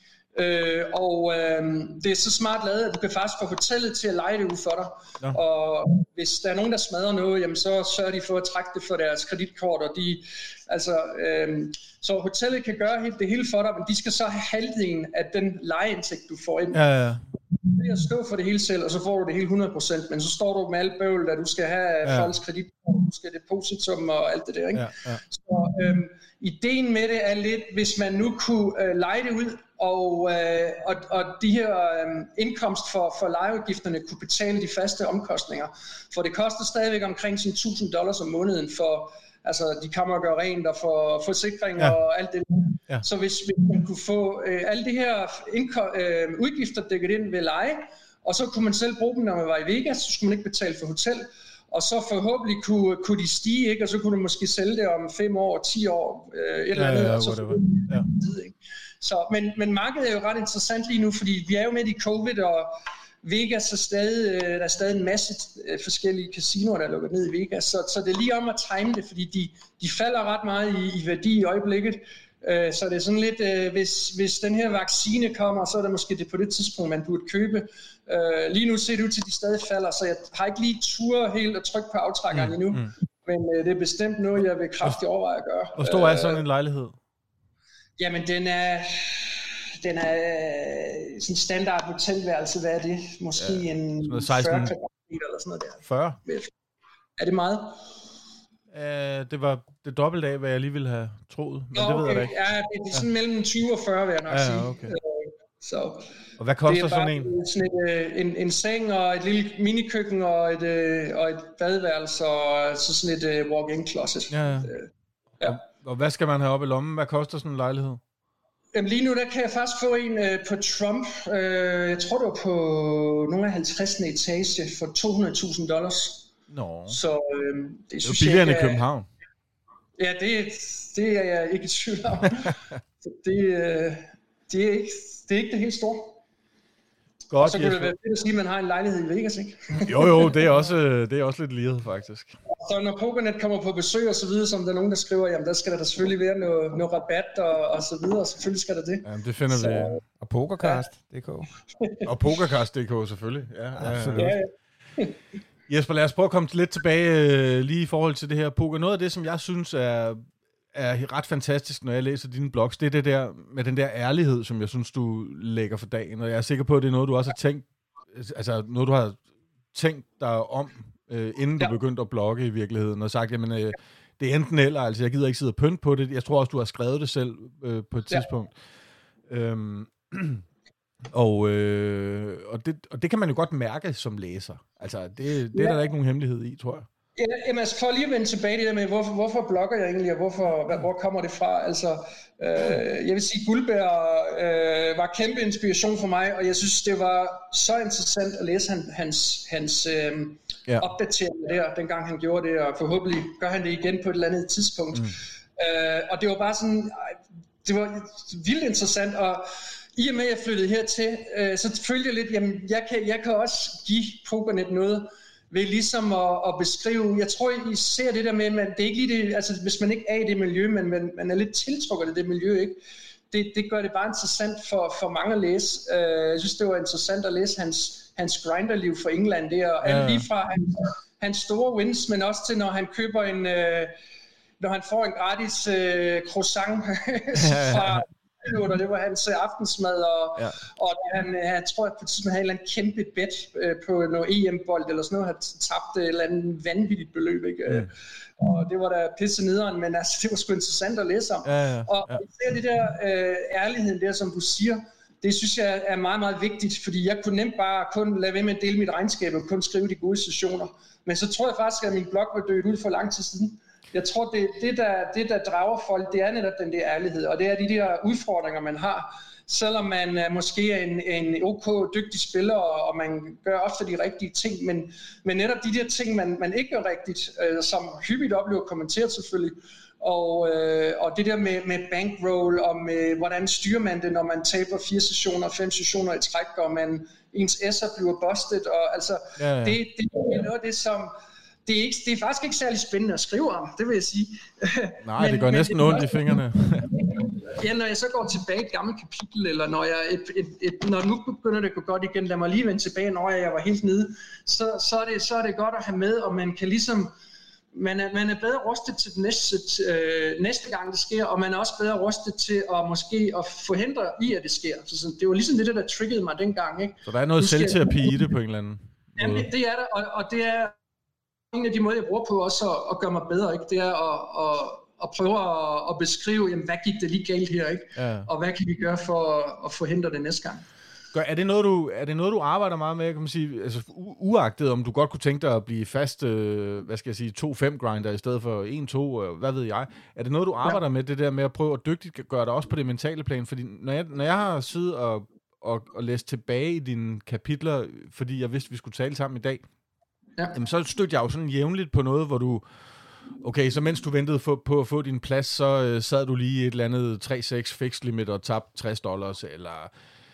uh, og uh, det er så smart lavet, at du kan faktisk få hotellet til at leje det ud for dig. Ja. Og hvis der er nogen der smadrer noget, jamen så sørger de for at trække det for deres kreditkort, og de, altså, uh, så hotellet kan gøre helt, det hele for dig, men de skal så have halvdelen af den lejeindtægt du får ind. Ja, ja. Det er at stå for det hele selv, og så får du det hele hundrede procent, men så står du med alt bøvl, at du skal have ja. folks kredit, du skal depositum og alt det der, ikke? Ja, ja. Så øhm, ideen med det er lidt, hvis man nu kunne øh, leje det ud, og, øh, og, og de her øh, indkomst for, for lejeudgifterne kunne betale de faste omkostninger, for det koster stadigvæk omkring sådan tusind dollars om måneden for, altså de kommer og gør rent og for forsikring ja. og alt det. Ja. Så hvis vi kunne få øh, alle de her indko- øh, udgifter dækket ind ved leje, og så kunne man selv bruge dem, når man var i Vegas, så skulle man ikke betale for hotel, og så forhåbentlig kunne, kunne de stige, ikke? Og så kunne du måske sælge det om fem år, ti år, øh, et eller andet. Ja, ja, og så ja. Tid, ikke? Så, men, men markedet er jo ret interessant lige nu, fordi vi er jo midt i covid, og Vegas er stadig, der er stadig en masse forskellige casinoer, der er lukket ned i Vegas, så, så det er lige om at time det, fordi de, de falder ret meget i, i værdi i øjeblikket. Uh, så det er sådan lidt, uh, hvis, hvis den her vaccine kommer, så er det måske det på det tidspunkt, man burde købe. Uh, lige nu ser det ud til, at de stadig falder, så jeg har ikke lige tur helt at trykke på aftrækkeren mm, endnu, mm. men uh, det er bestemt noget, jeg vil kraftigt overveje at gøre. Hvor stor er sådan en lejlighed? Uh, jamen, den er... Den er sådan standard hotelværelse, hvad er det? Måske ja, en fyrre kvadratmeter eller sådan noget der. fyrre? Er det meget? Uh, det var det dobbelte af, hvad jeg lige ville have troet, men Nå, det ved okay. jeg ikke. Ja, det er sådan ja. mellem tyve og fyrre, vil jeg nok ja, sige. Okay. Uh, så og hvad koster sådan en? Sådan et, en? En seng og et lille minikøkken og et, og et badeværelse og så sådan et walk-in closet. Ja, ja. Uh, ja. Og, og hvad skal man have op i lommen? Hvad koster sådan en lejlighed? Jamen lige nu, der kan jeg faktisk få en øh, på Trump, øh, jeg tror det var på nogle af halvtredsende etage for to hundrede tusind dollars. Nå. Så øh, det synes det er billigere jeg end i København. Ja, det, det er jeg ikke i tvivl om. det, øh, det, er ikke, det er ikke det helt store. Godt, og så kunne det være fedt at sige, at man har en lejlighed i Vegas, ikke? jo, jo, det er også, det er også lidt liret, faktisk. Så når PokerNet kommer på besøg og så videre, som der er nogen, der skriver, jamen der skal der selvfølgelig være noget, noget rabat og, og så videre, og selvfølgelig skal der det. Jamen det finder så, vi. Og Pokercast punktum d k. og Pokercast punktum d k selvfølgelig. Ja, absolut. Ja, ja. Jesper, lad os prøve at komme lidt tilbage øh, lige i forhold til det her poker. Noget af det, som jeg synes er, er ret fantastisk, når jeg læser dine blogs, det er det der med den der ærlighed, som jeg synes, du lægger for dagen. Og jeg er sikker på, at det er noget, du også har tænkt, altså noget, du har tænkt dig om, øh, inden du ja. begyndte at blogge i virkeligheden, og sagt, jamen, øh, det er enten eller, altså jeg gider ikke sidde og pynte på det. Jeg tror også, du har skrevet det selv øh, på et ja. tidspunkt. Øhm, og, øh, og, det, og det kan man jo godt mærke som læser. Altså, det, det ja. er der ikke nogen hemmelighed i, tror jeg. Ja, jamen, altså for lige at vende tilbage det der med, hvorfor, hvorfor blogger jeg egentlig, og hvorfor, hvor kommer det fra? Altså, øh, jeg vil sige, Guldberg øh, var kæmpe inspiration for mig, og jeg synes, det var så interessant at læse han, hans, hans øh, ja. opdatering der, dengang han gjorde det, og forhåbentlig gør han det igen på et eller andet tidspunkt. Mm. Øh, og det var bare sådan, det var vildt interessant, og i og med, at jeg flyttede hertil, øh, så følte jeg lidt, jamen, jeg kan, jeg kan også give PokerNet noget, ved ligesom at, at beskrive, jeg tror, I ser det der med, at det er ikke lige det, altså hvis man ikke er i det miljø, men man, man er lidt tiltrukket af det miljø, ikke? Det, det gør det bare interessant for, for mange at læse. Uh, jeg synes, det var interessant at læse hans, hans grinderliv for England der, og ja. lige fra hans, hans store wins, men også til, når han køber en, uh, når han får en gratis uh, croissant fra og det var hans aftensmad, og, ja. og han, jeg tror, at på tidspunkt havde en eller anden kæmpe bet på noget E M-bold eller sådan noget, havde tabt et eller andet vanvittigt beløb, ikke? Mm. Og det var da pisse nederen, men altså, det var sgu interessant at læse om. Ja, ja, ja. Og især det der øh, ærligheden der, som du siger, det synes jeg er meget, meget vigtigt, fordi jeg kunne nemt bare kun lade være med at dele mit regnskab og kun skrive de gode sessioner. Men så tror jeg faktisk, at min blog var dødt ud for lang tid siden. Jeg tror, det, det, der, det der drager folk, det er netop den der ærlighed, og det er de der udfordringer, man har. Selvom man uh, måske er en, en ok dygtig spiller, og, og man gør ofte de rigtige ting, men, men netop de der ting, man, man ikke gør rigtigt, øh, som hyppigt oplever kommenteret selvfølgelig, og, øh, og det der med, med bankroll, og med hvordan styrer man det, når man taber fire sessioner, fem sessioner i træk, og man, ens S'er bliver busted, og altså, ja, ja. Det, det er noget af det, som... Det er, ikke, det er faktisk ikke særlig spændende at skrive om, det vil jeg sige. Nej, men, det går næsten ondt i fingrene. Ja, når jeg så går tilbage i et gammelt kapitel, eller når, jeg et, et, et, når nu begynder det at gå godt igen, lad mig lige vende tilbage, når jeg var helt nede, så, så, er det, så er det godt at have med, og man kan ligesom, man er, man er bedre rustet til den næste, øh, næste gang det sker, og man er også bedre rustet til at måske at forhindre i, at det sker. Så, så det var ligesom det, der triggede mig dengang. Ikke? Så der er noget selvterapi i det på en eller anden måde? Jamen, det, det er der, og, og det er en af de måder, jeg bruger på også at, at gøre mig bedre, ikke? Det er at, at, at prøve at, at beskrive, jamen, hvad gik det lige galt her, ikke? Ja. Og hvad kan vi gøre for at forhindre det næste gang. Er det noget, du, er det noget, du arbejder meget med, kan man sige, altså u- uagtet, om du godt kunne tænke dig at blive fast, øh, hvad skal jeg sige, to fem grinder i stedet for en to, øh, hvad ved jeg. Er det noget, du arbejder ja. med, det der med at prøve at dygtigt gøre det også på det mentale plan? Fordi når jeg, når jeg har siddet og, og, og læst tilbage i dine kapitler, fordi jeg vidste, vi skulle tale sammen i dag, ja. Jamen, så stødte jeg jo sådan jævnligt på noget, hvor du, okay, så mens du ventede for, på at få din plads, så øh, sad du lige i et eller andet tre seks fixed limit og tabte tres dollars, eller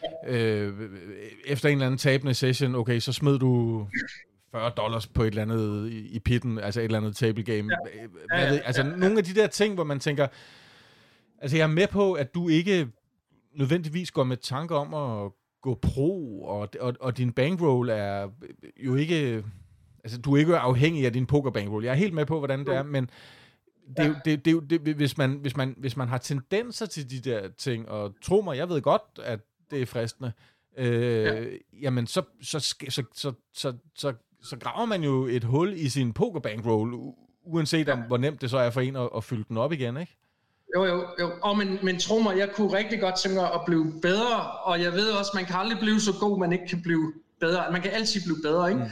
øh, efter en eller anden tabende session, okay, så smed du fyrre dollars på et eller andet i, i pitten, altså et eller andet table game. Ja. Hvad ja, ved, altså ja, ja. Nogle af de der ting, hvor man tænker, altså jeg er med på, at du ikke nødvendigvis går med tanker om at gå pro, og, og, og din bankroll er jo ikke... Altså, du er ikke afhængig af din pokerbankroll. Jeg er helt med på, hvordan det er, men det er jo, det, det er jo, det, hvis, man, hvis, man, hvis man har tendenser til de der ting, og tro mig, jeg ved godt, at det er fristende, øh, ja. jamen, så, så, så, så, så, så, så graver man jo et hul i sin pokerbankroll, uanset om, hvor nemt det så er for en at, at fylde den op igen, ikke? Jo, jo, jo. Og men, men tro mig, jeg kunne rigtig godt tænke mig at blive bedre, og jeg ved også, man kan aldrig blive så god, man ikke kan blive bedre. Man kan altid blive bedre, ikke? Mm.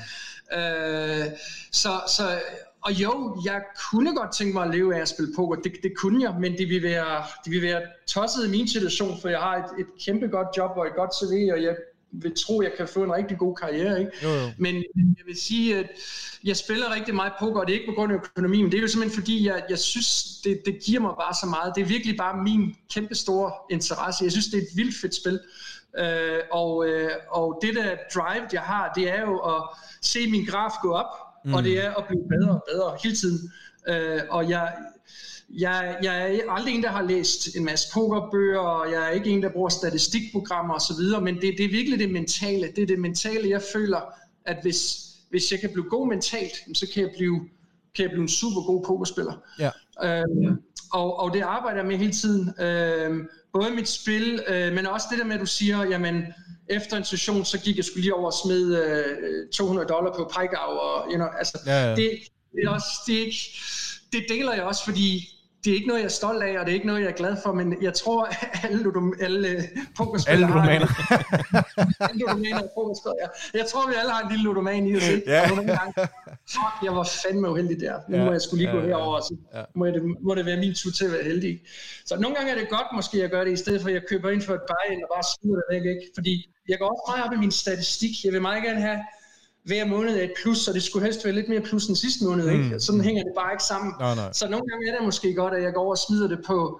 Øh, så, så, og jo, jeg kunne godt tænke mig at leve af at spille poker, det, det kunne jeg, men det vil være, det vil være tosset i min situation, for jeg har et, et kæmpe godt job og et godt C V, og jeg vil tro, jeg kan få en rigtig god karriere, ikke? Jo, jo. Men jeg vil sige, at jeg spiller rigtig meget poker, og det er ikke på grund af økonomi, men det er jo simpelthen fordi, jeg, jeg synes, det, det giver mig bare så meget. Det er virkelig bare min kæmpe store interesse. Jeg synes, det er et vildt fedt spil. Øh, og, øh, og det der drive, jeg har, det er jo at se min graf gå op, mm. og det er at blive bedre og bedre hele tiden. Øh, og jeg, jeg, jeg er aldrig en, der har læst en masse pokerbøger, og jeg er ikke en, der bruger statistikprogrammer osv., men det, det er virkelig det mentale. Det er det mentale, jeg føler, at hvis, hvis jeg kan blive god mentalt, så kan jeg blive, kan jeg blive en super god pokerspiller. Ja. Øh, og, og det arbejder jeg med hele tiden. Øh, Både mit spil, øh, men også det der med, at du siger, jamen, efter en session, så gik jeg sgu lige over og smed øh, to hundrede dollar på Paigav, og you know, altså, ja, ja. Det, det, er også, det, er ikke, det deler jeg også, fordi det er ikke noget, jeg er stolt af, og det er ikke noget, jeg er glad for, men jeg tror, at alle, alle pokerspillere har... Alle alle ludomaner og pokerspillere. Jeg tror, vi alle har en lille ludoman i os, ikke? Ja. Og nogle gange, fuck, jeg var fandme uheldig der. Nu ja. må jeg skulle lige gå ja, herover, så ja. må, det, må det være min tur til at være heldig. Så nogle gange er det godt måske at gøre det, i stedet for at jeg køber ind for et buy-in og bare smider det væk, ikke? Fordi jeg går også meget op i min statistik. Jeg vil meget gerne have hver måned et plus, og det skulle helst være lidt mere plus end sidste måned, ikke? Mm. Sådan hænger det bare ikke sammen. No, no. Så nogle gange er det måske godt, at jeg går over og smider det på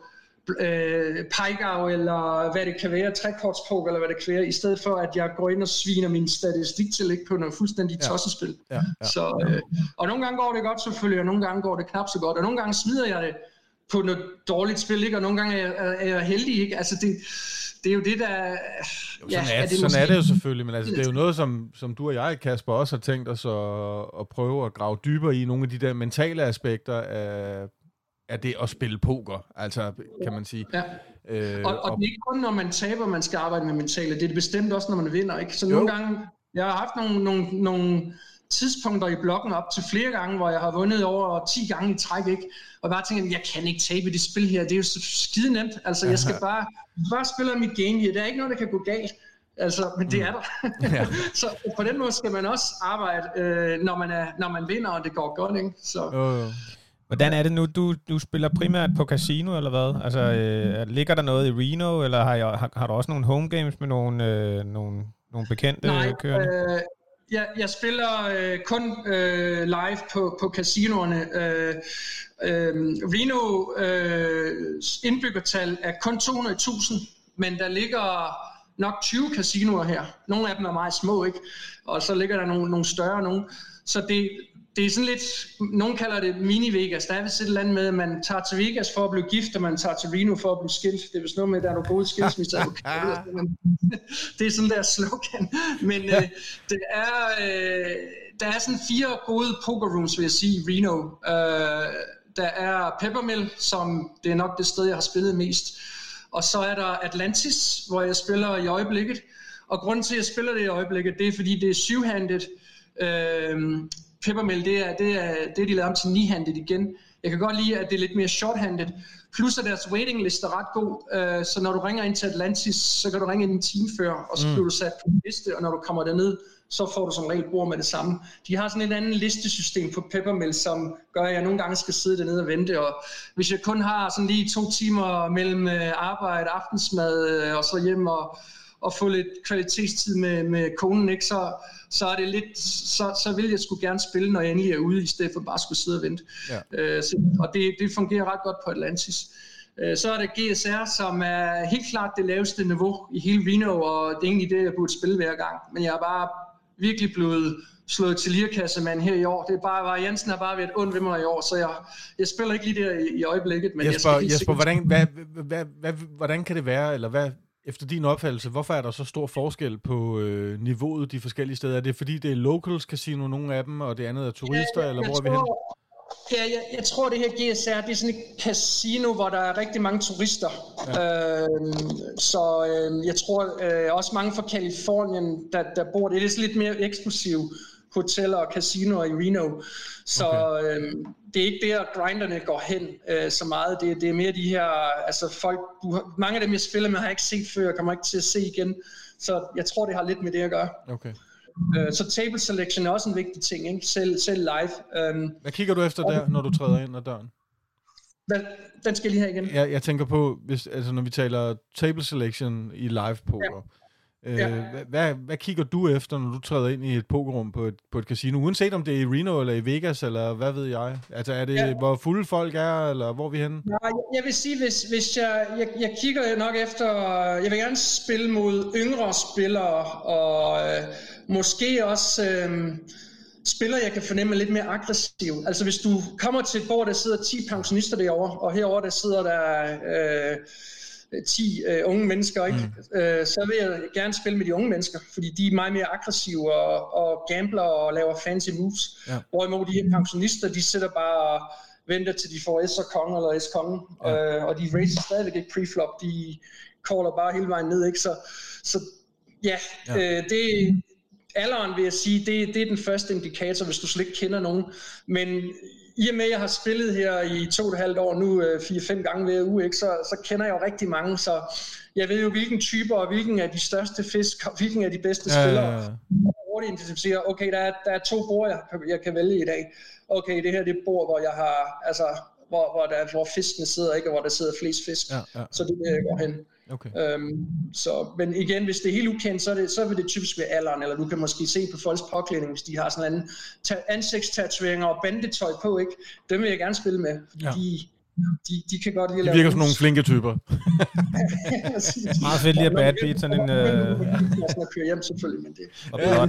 øh, Paigav, eller hvad det kan være, trekortspok, eller hvad det kan være, i stedet for, at jeg går ind og sviner min statistik til, ikke, på noget fuldstændig ja. tossespil. Ja, ja, så, øh, og nogle gange går det godt selvfølgelig, og nogle gange går det knap så godt, og nogle gange smider jeg det på noget dårligt spil, ikke? Og nogle gange er jeg, er jeg heldig, ikke? Altså det, det er jo det, der... Jo, sådan, ja, er, er, det, sådan er det jo selvfølgelig, men altså, det er jo noget, som, som du og jeg, Kasper, også har tænkt os at, at prøve at grave dybere i nogle af de der mentale aspekter af, er det at spille poker, altså kan man sige. Ja. Øh, og, og det er ikke kun, når man taber, man skal arbejde med mentale. Det er det bestemt også, når man vinder. Ikke? Så jo. nogle gange, jeg har haft nogle, nogle, nogle tidspunkter i bloggen op til flere gange, hvor jeg har vundet over ti gange i træk, ikke? Og bare tænker, jeg kan ikke tabe det spil her, det er jo så skide nemt. Altså, jeg skal bare, bare spille mit game her. Der er ikke noget, der kan gå galt. Altså, men det er der. Ja. Så på den måde skal man også arbejde, øh, når, man er, når man vinder, og det går godt, ikke? Så. Uh. Hvordan er det nu? Du, du spiller primært på casino, eller hvad? Altså, øh, ligger der noget i Reno, eller har, jeg, har, har du også nogle home games med nogle, øh, nogle, nogle bekendte Nej, kørende? Øh, jeg, jeg spiller øh, kun øh, live på, på casinoerne. Øh, øh, Reno øh, indbyggertal er kun to hundrede tusind, men der ligger nok tyve casinoer her. Nogle af dem er meget små, ikke? Og så ligger der nogle, nogle større nogle. Så det, det er sådan lidt, nogen kalder det mini-Vegas. Der er vist et eller andet med, at man tager til Vegas for at blive gift, og man tager til Reno for at blive skilt. Det er vist noget med, at der er nogle gode skilsmisser. Det er sådan der slogan. Men øh, det er, øh, der er sådan fire gode poker rooms, vil jeg sige, i Reno. Øh, der er Peppermill, som det er nok det sted, jeg har spillet mest. Og så er der Atlantis, hvor jeg spiller i øjeblikket. Og grunden til, at jeg spiller det i øjeblikket, det er, fordi det er syvhanded. Øh, Peppermill, det er, det er det, er de lavet om til nihanded igen. Jeg kan godt lide, at det er lidt mere shorthanded. Plus at deres waiting list er ret god. Uh, så når du ringer ind til Atlantis, så kan du ringe ind en time før, og så bliver du sat på en liste, og når du kommer derned, så får du som regel bord med det samme. De har sådan et andet listesystem på Peppermill, som gør, at jeg nogle gange skal sidde dernede og vente. Og hvis jeg kun har sådan lige to timer mellem arbejde, aftensmad og så hjem og og få lidt kvalitetstid med, med konen, ikke? Så, så er det lidt, så, så vil jeg sgu gerne spille, når jeg endelig er ude, i stedet for bare at skulle sidde og vente. Ja. Øh, så, og det, det fungerer ret godt på Atlantis. Øh, så er det G S R, som er helt klart det laveste niveau i hele Reno, og det er egentlig det, jeg burde spille hver gang. Men jeg er bare virkelig blevet slået til lirakassemand her i år. Det er bare, variansen har bare været ondt ved mig i år, så jeg, jeg spiller ikke lige der i, i øjeblikket. Men Jesper, jeg skal Jesper hvordan, hvad, hvad, hvad, hvordan kan det være, eller hvad, efter din opfattelse, hvorfor er der så stor forskel på øh, niveauet de forskellige steder? Er det fordi, det er locals casino, nogle af dem, og det andet er turister, ja, eller hvor tror, er vi hen? Ja, jeg, jeg tror, det her G S R, det er sådan et casino, hvor der er rigtig mange turister. Ja. Øh, så øh, jeg tror øh, også mange fra Kalifornien, der, der bor det. Det er sådan lidt mere eksklusive hoteller og casinoer i Reno. Så okay. øh, det er ikke der, grinderne går hen øh, så meget. Det, det er mere de her, altså folk, du, mange af dem jeg spiller med, har jeg ikke set før, kommer ikke til at se igen. Så jeg tror, det har lidt med det at gøre. Okay. Øh, så table selection er også en vigtig ting, ikke? Selv, selv live. Um, Hvad kigger du efter der, når du træder ind ad døren? Hvad, den skal jeg lige have igen. Jeg, jeg tænker på, hvis, altså når vi taler table selection i live poker. Ja. Øh, ja. hvad, hvad, hvad kigger du efter, når du træder ind i et pokerrum på et, på et casino? Uanset om det er i Reno eller i Vegas, eller hvad ved jeg? Altså er det, ja. hvor fulde folk er, eller hvor er vi henne? Nej, jeg vil sige, hvis, hvis jeg, jeg, jeg kigger nok efter, jeg vil gerne spille mod yngre spillere, og øh, måske også øh, spillere, jeg kan fornemme lidt mere aggressiv. Altså hvis du kommer til et bord, der sidder ti pensionister derovre, og herover der sidder der Øh, ti øh, unge mennesker, ikke? Mm. Øh, så vil jeg gerne spille med de unge mennesker, fordi de er meget mere aggressive og, og gambler og laver fancy moves. Ja. Hvorimod de her pensionister, de sidder bare og venter til de får S og konge eller S konge, ja. øh, og de raiser stadigvæk ikke preflop, de caller bare hele vejen ned, ikke? Så, så ja, ja. Øh, det alderen vil jeg sige, det, det er den første indikator, hvis du slet ikke kender nogen, men i og med, at jeg har spillet her i to og et halvt år nu, fire-fem gange hver uge, ikke, så, så kender jeg jo rigtig mange, så jeg ved jo, hvilken typer og hvilken af de største fisk, hvilken af de bedste ja, spillere. Ja, ja. Hurtigt identificerer, okay, der er, der er to bord, jeg, jeg kan vælge i dag. Okay, det her det er et bord, hvor jeg har, altså, hvor, hvor, der, hvor fiskene sidder, ikke, og hvor der sidder flest fisk. Ja, ja. Så det er jeg går hen. Okay. Øhm, så, men igen, hvis det er helt ukendt, så, er det, så vil det typisk være alderen, eller du kan måske se på folks påklædning, hvis de har sådan en ta- ansigtstatoveringer og bandetøj på, ikke? Dem vil jeg gerne spille med, fordi ja. de, de, de kan godt lide at lave. De virker som nogle flinke typer. Meget fedt lige at bad beat, sådan en... Øh... Jeg skal køre hjem selvfølgelig, men det... Ja.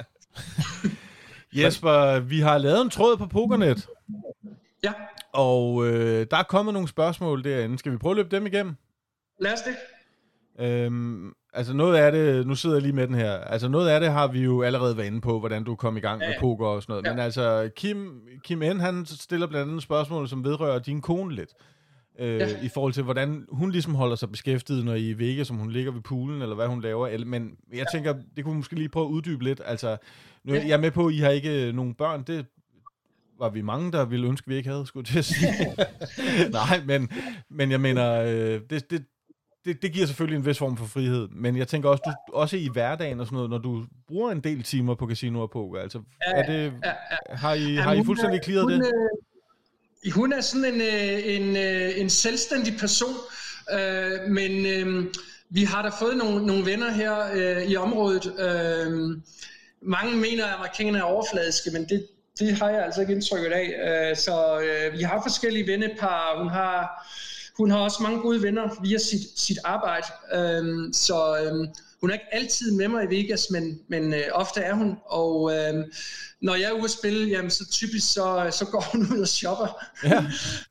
Jesper, vi har lavet en tråd på Pokernet. Ja. Og øh, der er kommet nogle spørgsmål derinde. Skal vi prøve at løbe dem igennem? Lad os det. Øhm, altså noget af det, nu sidder jeg lige med den her, altså noget af det har vi jo allerede været inde på, hvordan du kom i gang ja. med poker og sådan noget, ja. men altså Kim, Kim N, han stiller blandt andet spørgsmål, som vedrører din kone lidt, øh, ja. i forhold til, hvordan hun ligesom holder sig beskæftiget, når I er i Vegas, som hun ligger ved poolen, eller hvad hun laver, men jeg ja. tænker, det kunne vi måske lige prøve at uddybe lidt, altså, nu er jeg er med på, at I har ikke nogen børn, det var vi mange, der ville ønske, vi ikke havde, skulle til at sige. Nej, men, men jeg mener, øh, det, det, det, det giver selvfølgelig en vis form for frihed, men jeg tænker også, du, også i hverdagen og sådan noget, når du bruger en del timer på casino og poker, altså, er det, har I, har I fuldstændig clearet det? Øh, hun er sådan en, en, en selvstændig person, øh, men øh, vi har da fået nogle, nogle venner her øh, i området. Øh, mange mener, at amerikanerne er overfladiske, men det Det har jeg altså ikke indtrykket af. Så vi har forskellige vennepar. Hun har, hun har også mange gode venner via sit, sit arbejde. Så hun er ikke altid med mig i Vegas, men, men ofte er hun. Og når jeg er ude at spille, jamen, så typisk så, så går hun ud og shopper. Ja.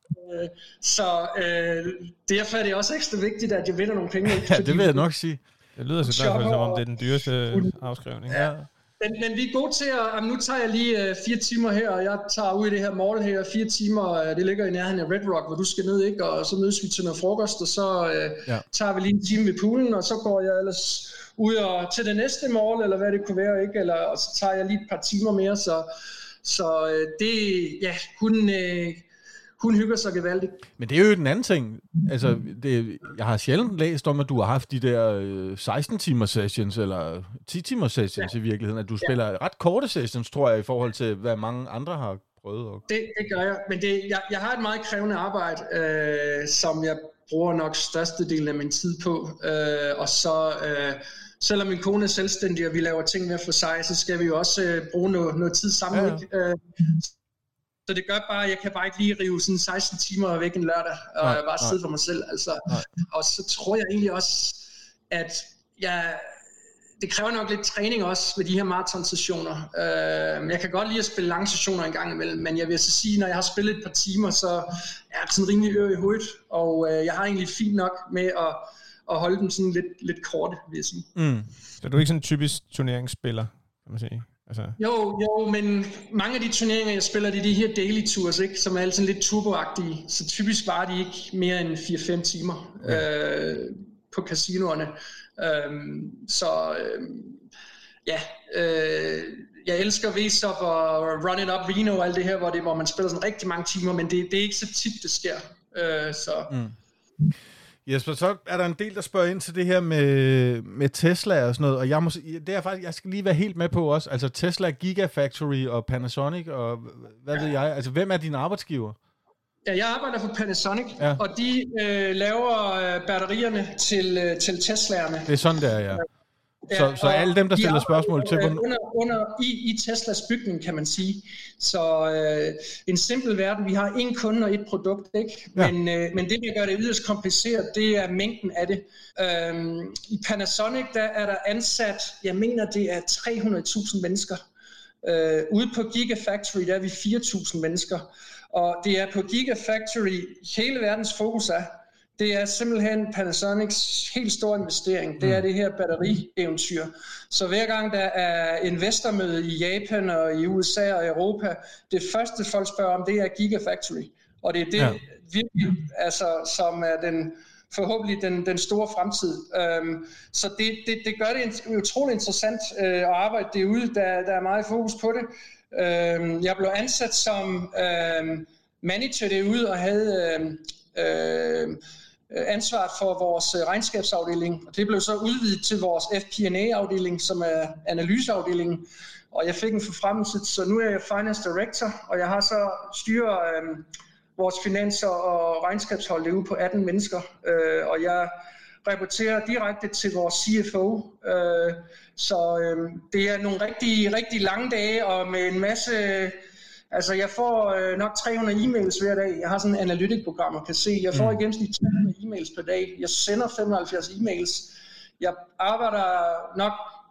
Så derfor er det også ekstra vigtigt, at jeg vinder nogle penge. Ja, det vil jeg nok sige. Det lyder så i hvert fald, som om det er den dyreste afskrivning. Ja. Men, men vi er gode til at, jamen nu tager jeg lige uh, fire timer her, og jeg tager ud i det her mall her, fire timer, uh, det ligger i nærheden af Red Rock, hvor du skal ned, ikke? Og så mødes vi til noget frokost, og så uh, ja. tager vi lige en time ved poolen, og så går jeg ellers ud og til det næste mall, eller hvad det kunne være, ikke? Eller, og så tager jeg lige et par timer mere, så, så uh, det, ja, hun... Uh, Hun hygger sig gevaldigt. Men det er jo den anden ting. Altså, det, jeg har sjældent læst om, at du har haft de der øh, seksten-timers sessions, eller ti-timers sessions ja. i virkeligheden. At du ja. spiller ret korte sessions, tror jeg, i forhold til, hvad mange andre har prøvet. Og... Det, det gør jeg. Men det, jeg, jeg har et meget krævende arbejde, øh, som jeg bruger nok størstedelen af min tid på. Øh, og så... Øh, Selvom min kone er selvstændig, og vi laver ting hver for sig, så skal vi jo også øh, bruge noget, noget tid sammen. Ja, ja. Øh, Så det gør bare, at jeg kan bare ikke lige rive sådan seksten timer væk en lørdag, og nej, bare nej. sidde for mig selv. Altså. Og så tror jeg egentlig også, at jeg, det kræver nok lidt træning også med de her marathon-sessioner. Uh, jeg kan godt lide at spille lange sessioner en gang imellem, men jeg vil så sige, når jeg har spillet et par timer, så er jeg sådan rimelig ør i hovedet, og uh, jeg har egentlig fint nok med at, at holde dem sådan lidt, lidt korte, vil jeg sige. Mm. Så du er ikke sådan en typisk turneringsspiller, kan man sige? Altså. Jo, jo, men mange af de turneringer, jeg spiller, det er de her daily tours, ikke, som er altid lidt turboagtige, så typisk var de ikke mere end fire fem timer okay. øh, på casinoerne. Øhm, så øh, ja, øh, jeg elsker V-Stop og Run It Up Reno og alt det her, hvor, det, hvor man spiller sådan rigtig mange timer, men det, det er ikke så tit, det sker. Øh, så... Mm. Jesper, så er der en del, der spørger ind til det her med, med Tesla og sådan noget, og jeg, må, det er faktisk, jeg skal lige være helt med på også, altså Tesla, Gigafactory og Panasonic, og hvad ved jeg, altså hvem er dine arbejdsgiver? Ja, jeg arbejder for Panasonic, ja. og de øh, laver øh, batterierne til, øh, til Teslaerne. Det er sådan, der, ja. Så, ja, så alle dem, der stiller spørgsmål til... Under, under, under, i, I Teslas bygning, kan man sige. Så øh, en simpel verden, vi har én kunde og et produkt, ikke? Men, ja. øh, men det, der gør det yderst kompliceret, det er mængden af det. Øhm, I Panasonic, der er der ansat, jeg mener, det er tre hundrede tusind mennesker. Øh, ude på Gigafactory, der er vi fire tusind mennesker. Og det er på Gigafactory, hele verdens fokus er, det er simpelthen Panasonics helt store investering. Det er det her batterieventyr. Så hver gang der er investormøde i Japan og i U S A og Europa, det første folk spørger om, det er Gigafactory. Og det er det, ja. virkelig, altså, som er den, forhåbentlig den, den store fremtid. Um, så det, det, det gør det utroligt interessant uh, at arbejde derude. Der, der er meget fokus på det. Uh, jeg blev ansat som uh, manager derude og havde... Uh, uh, ansvaret for vores regnskabsafdeling, og det blev så udvidet til vores F P and A-afdeling, som er analyseafdelingen, og jeg fik en forfremmelse, så nu er jeg Finance Director, og jeg har så styrer øh, vores finanser og regnskabshold derude på atten mennesker, øh, og jeg rapporterer direkte til vores C F O, øh, så øh, det er nogle rigtig, rigtig lange dage, og med en masse... Altså, jeg får øh, nok tre hundrede e-mails hver dag. Jeg har sådan en analytikprogram, og kan se, jeg får mm. i gennemsnit tre hundrede e-mails per dag. Jeg sender femoghalvfjerds e-mails. Jeg arbejder nok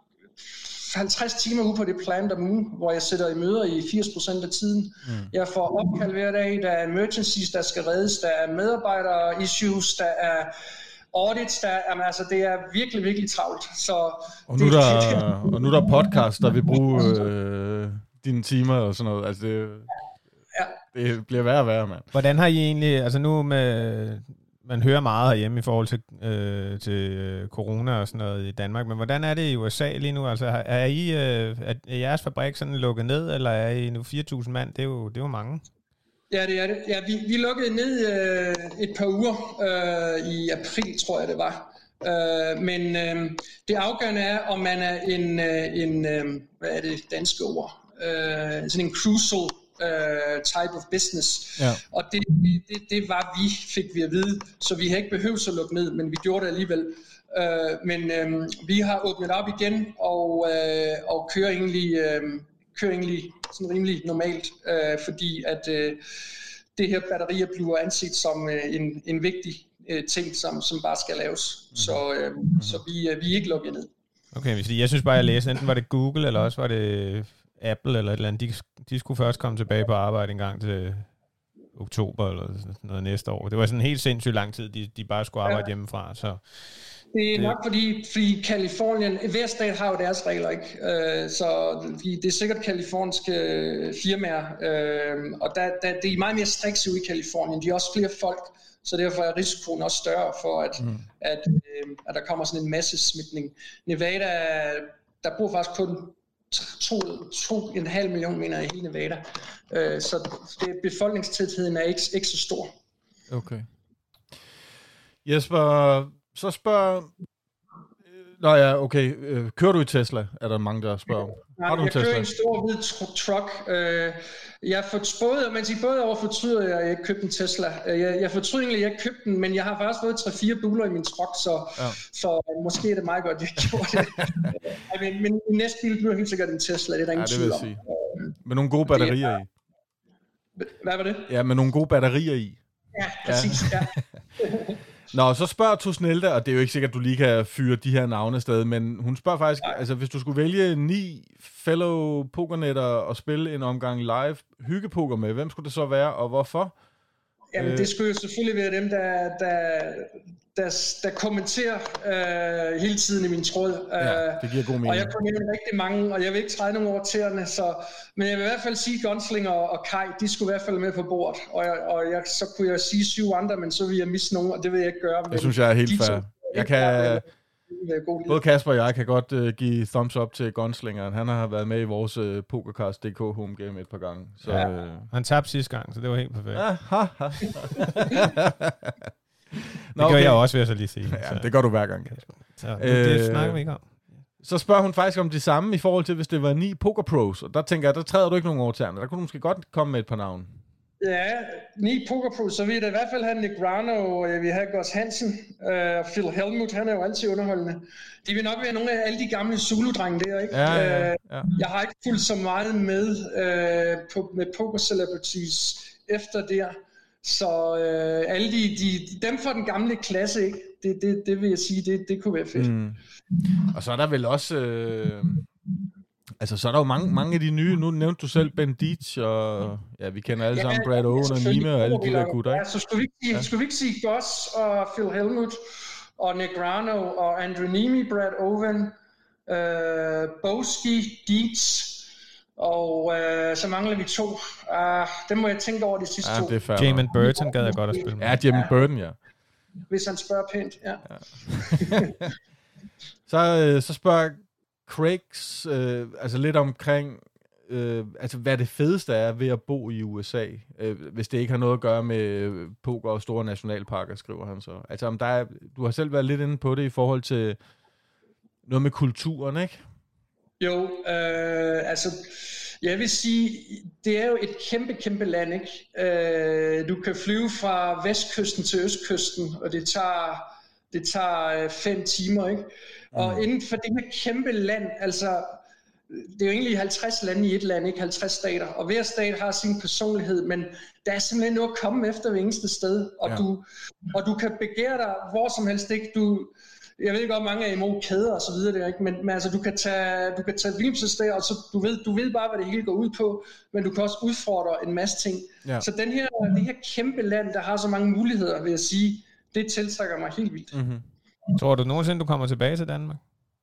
halvtreds timer ude på det planned om ugen, hvor jeg sidder i møder i firs procent af tiden. Mm. Jeg får opkald hver dag. Der er emergencies, der skal reddes. Der er medarbejder-issues. Der er audits, der, jamen, altså, det er virkelig, virkelig travlt. Så og, nu det, der, og nu der er podcast, der vil bruge øh, dine timer og sådan noget. Altså, det, ja. det bliver værre og værre, mand. Hvordan har I egentlig, altså nu med, man hører meget herhjemme i forhold til, øh, til corona og sådan noget i Danmark, men hvordan er det i U S A lige nu? Altså, er I, øh, er jeres fabrik sådan lukket ned, eller er I nu fire tusind mand? Det er jo, det er jo mange. Ja, det er det. Ja, vi, vi lukkede ned øh, et par uger øh, i april, tror jeg det var. Øh, men øh, det afgørende er, om man er en, øh, en øh, hvad er det danske ord? Øh, sådan en crucial øh, type of business. Ja. Og det, det, det var vi, fik vi at vide. Så vi har ikke behøvet at lukke ned, men vi gjorde det alligevel. Øh, men øh, vi har åbnet op igen og, øh, og kører egentlig... Øh, kører egentlig sådan rimelig normalt, øh, fordi at øh, det her batterier bliver anset som øh, en, en vigtig øh, ting, som, som bare skal laves. Mm. Så, øh, mm. så vi, øh, vi er ikke lukket ned. Okay, fordi jeg synes bare, jeg læste, enten var det Google, eller også var det Apple, eller et eller andet. De, de skulle først komme tilbage på arbejde en gang til oktober, eller noget næste år. Det var sådan helt sindssygt lang tid, de, de bare skulle arbejde ja. hjemmefra, så... Det er nok fordi, fordi Kalifornien, hver stat har jo deres regler, ikke? Øh, så det er sikkert kaliforniske firmaer, øh, og der, der, det er meget mere striks ude i Kalifornien. De har også flere folk, så derfor er risikoen også større for, at, mm. at, øh, at der kommer sådan en masse smitning. Nevada, der bor faktisk kun to, to og en halv million, mener jeg, i hele Nevada. Øh, så det, befolkningstætheden er ikke, ikke så stor. Okay. Jesper... Så spørger... Nå ja, okay. Kører du i Tesla? Er der mange, der spørger. Nej, har du en jeg Tesla? kører en stor hvid tr- truck. Jeg får men de både over fortryder jeg, at jeg ikke købte en Tesla. Jeg, jeg fortryder egentlig, at jeg ikke købte den, men jeg har faktisk fået tre fire buler i min truck, så, ja. så måske er det meget godt, at jeg gjorde det. men, men min næste bil bliver helt sikkert en Tesla, det er der ingen tvivl om. Ja, det vil sige. Med nogle gode batterier er... i. Hvad var det? Ja, med nogle gode batterier i. Ja, præcis. Ja. Nå, så spørger Tusnelda, og det er jo ikke sikkert, at du lige kan fyre de her navne afsted, men hun spørger faktisk, Nej. altså hvis du skulle vælge ni fellow pokernetter og spille en omgang live hyggepoker med, hvem skulle det så være, og hvorfor? Jamen, øh... det skulle jo selvfølgelig være dem, der, der, der, der kommenterer øh, hele tiden i min tråd. Ja, det giver god mening. Og jeg kunne nævne rigtig mange, og jeg vil ikke træde nogen over tæerne, så, men jeg vil i hvert fald sige, Gunslinger og Kai, de skulle i hvert fald med på bordet. Og, jeg, og jeg, så kunne jeg sige syv andre, men så vil jeg misse nogen, og det vil jeg ikke gøre. Det synes jeg er helt fair. Jeg kan... Både Kasper og jeg kan godt uh, give thumbs up til Gunslingeren. Han har været med i vores uh, Pokercast punktum d k home game et par gange. Så, ja. uh... Han tabte sidste gang, så det var helt perfekt. Ja, ha, ha. Nå, det gør okay. jeg også, vil jeg så lige sige. Ja, det gør du hver gang, Kasper. Så, det øh, snakker vi ikke om. Så spørger hun faktisk om det samme i forhold til, hvis det var ni pokerpros. Og der tænker jeg, der træder du ikke nogen over tæerne. Der kunne du måske godt komme med et par navn. Ja, ni pokerpros, så vil jeg i hvert fald have Nick Grano, og jeg vil have Gus Hansen, og Phil Hellmuth, han er jo altid underholdende. De vil nok være nogle af alle de gamle Zulu-drenge der, ikke? Ja, ja, ja. Jeg har ikke fulgt så meget med øh, på, med poker celebrities efter der, så øh, alle de, de, dem fra den gamle klasse, ikke? Det, det, det vil jeg sige, det, det kunne være fedt. Mm. Og så er der vel også... Øh... Altså, så er der jo mange, mange af de nye. Nu nævnte du selv Ben Deitch, og ja, vi kender alle ja, sammen Brad Owen og Nime og alle de der gutter. Ja, så skulle vi ikke, ja. skulle vi ikke sige Gus og Phil Hellmuth og Nick Grano og Andrew Nime, Brad Owen, øh, Boski, Deitch, og øh, så mangler vi to. Uh, dem må jeg tænke over de sidste ja, to. Det er Jamin Burton gad jeg godt at spille med. Ja, Jamin ja. Burton, ja. Hvis han spørger pænt, ja. ja. så, øh, så spørger Craigs, øh, altså lidt omkring, øh, altså hvad det fedeste er ved at bo i U S A, øh, hvis det ikke har noget at gøre med poker og store nationalparker, skriver han så. Altså om der er, du har selv været lidt inde på det i forhold til noget med kulturen, ikke? Jo, øh, altså jeg vil sige, det er jo et kæmpe, kæmpe land, ikke? Øh, du kan flyve fra vestkysten til østkysten, og det tager, det tager fem timer, ikke? Og inden for det her kæmpe land, altså, det er jo egentlig halvtreds lande i et land, ikke halvtreds stater, og hver stat har sin personlighed, men der er simpelthen noget at komme efter hver eneste sted, og, ja. du, og du kan begære dig hvor som helst, ikke? Du, jeg ved godt, mange er imod kæder og så videre der, ikke? Men, men altså, du kan tage, du kan tage hvilesested, og så du ved, du ved bare, hvad det hele går ud på, men du kan også udfordre en masse ting. Ja. Så den her, det her kæmpe land, der har så mange muligheder, vil jeg sige, det tiltrækker mig helt vildt. Mm-hmm. Tror du nogensinde, du kommer tilbage til Danmark?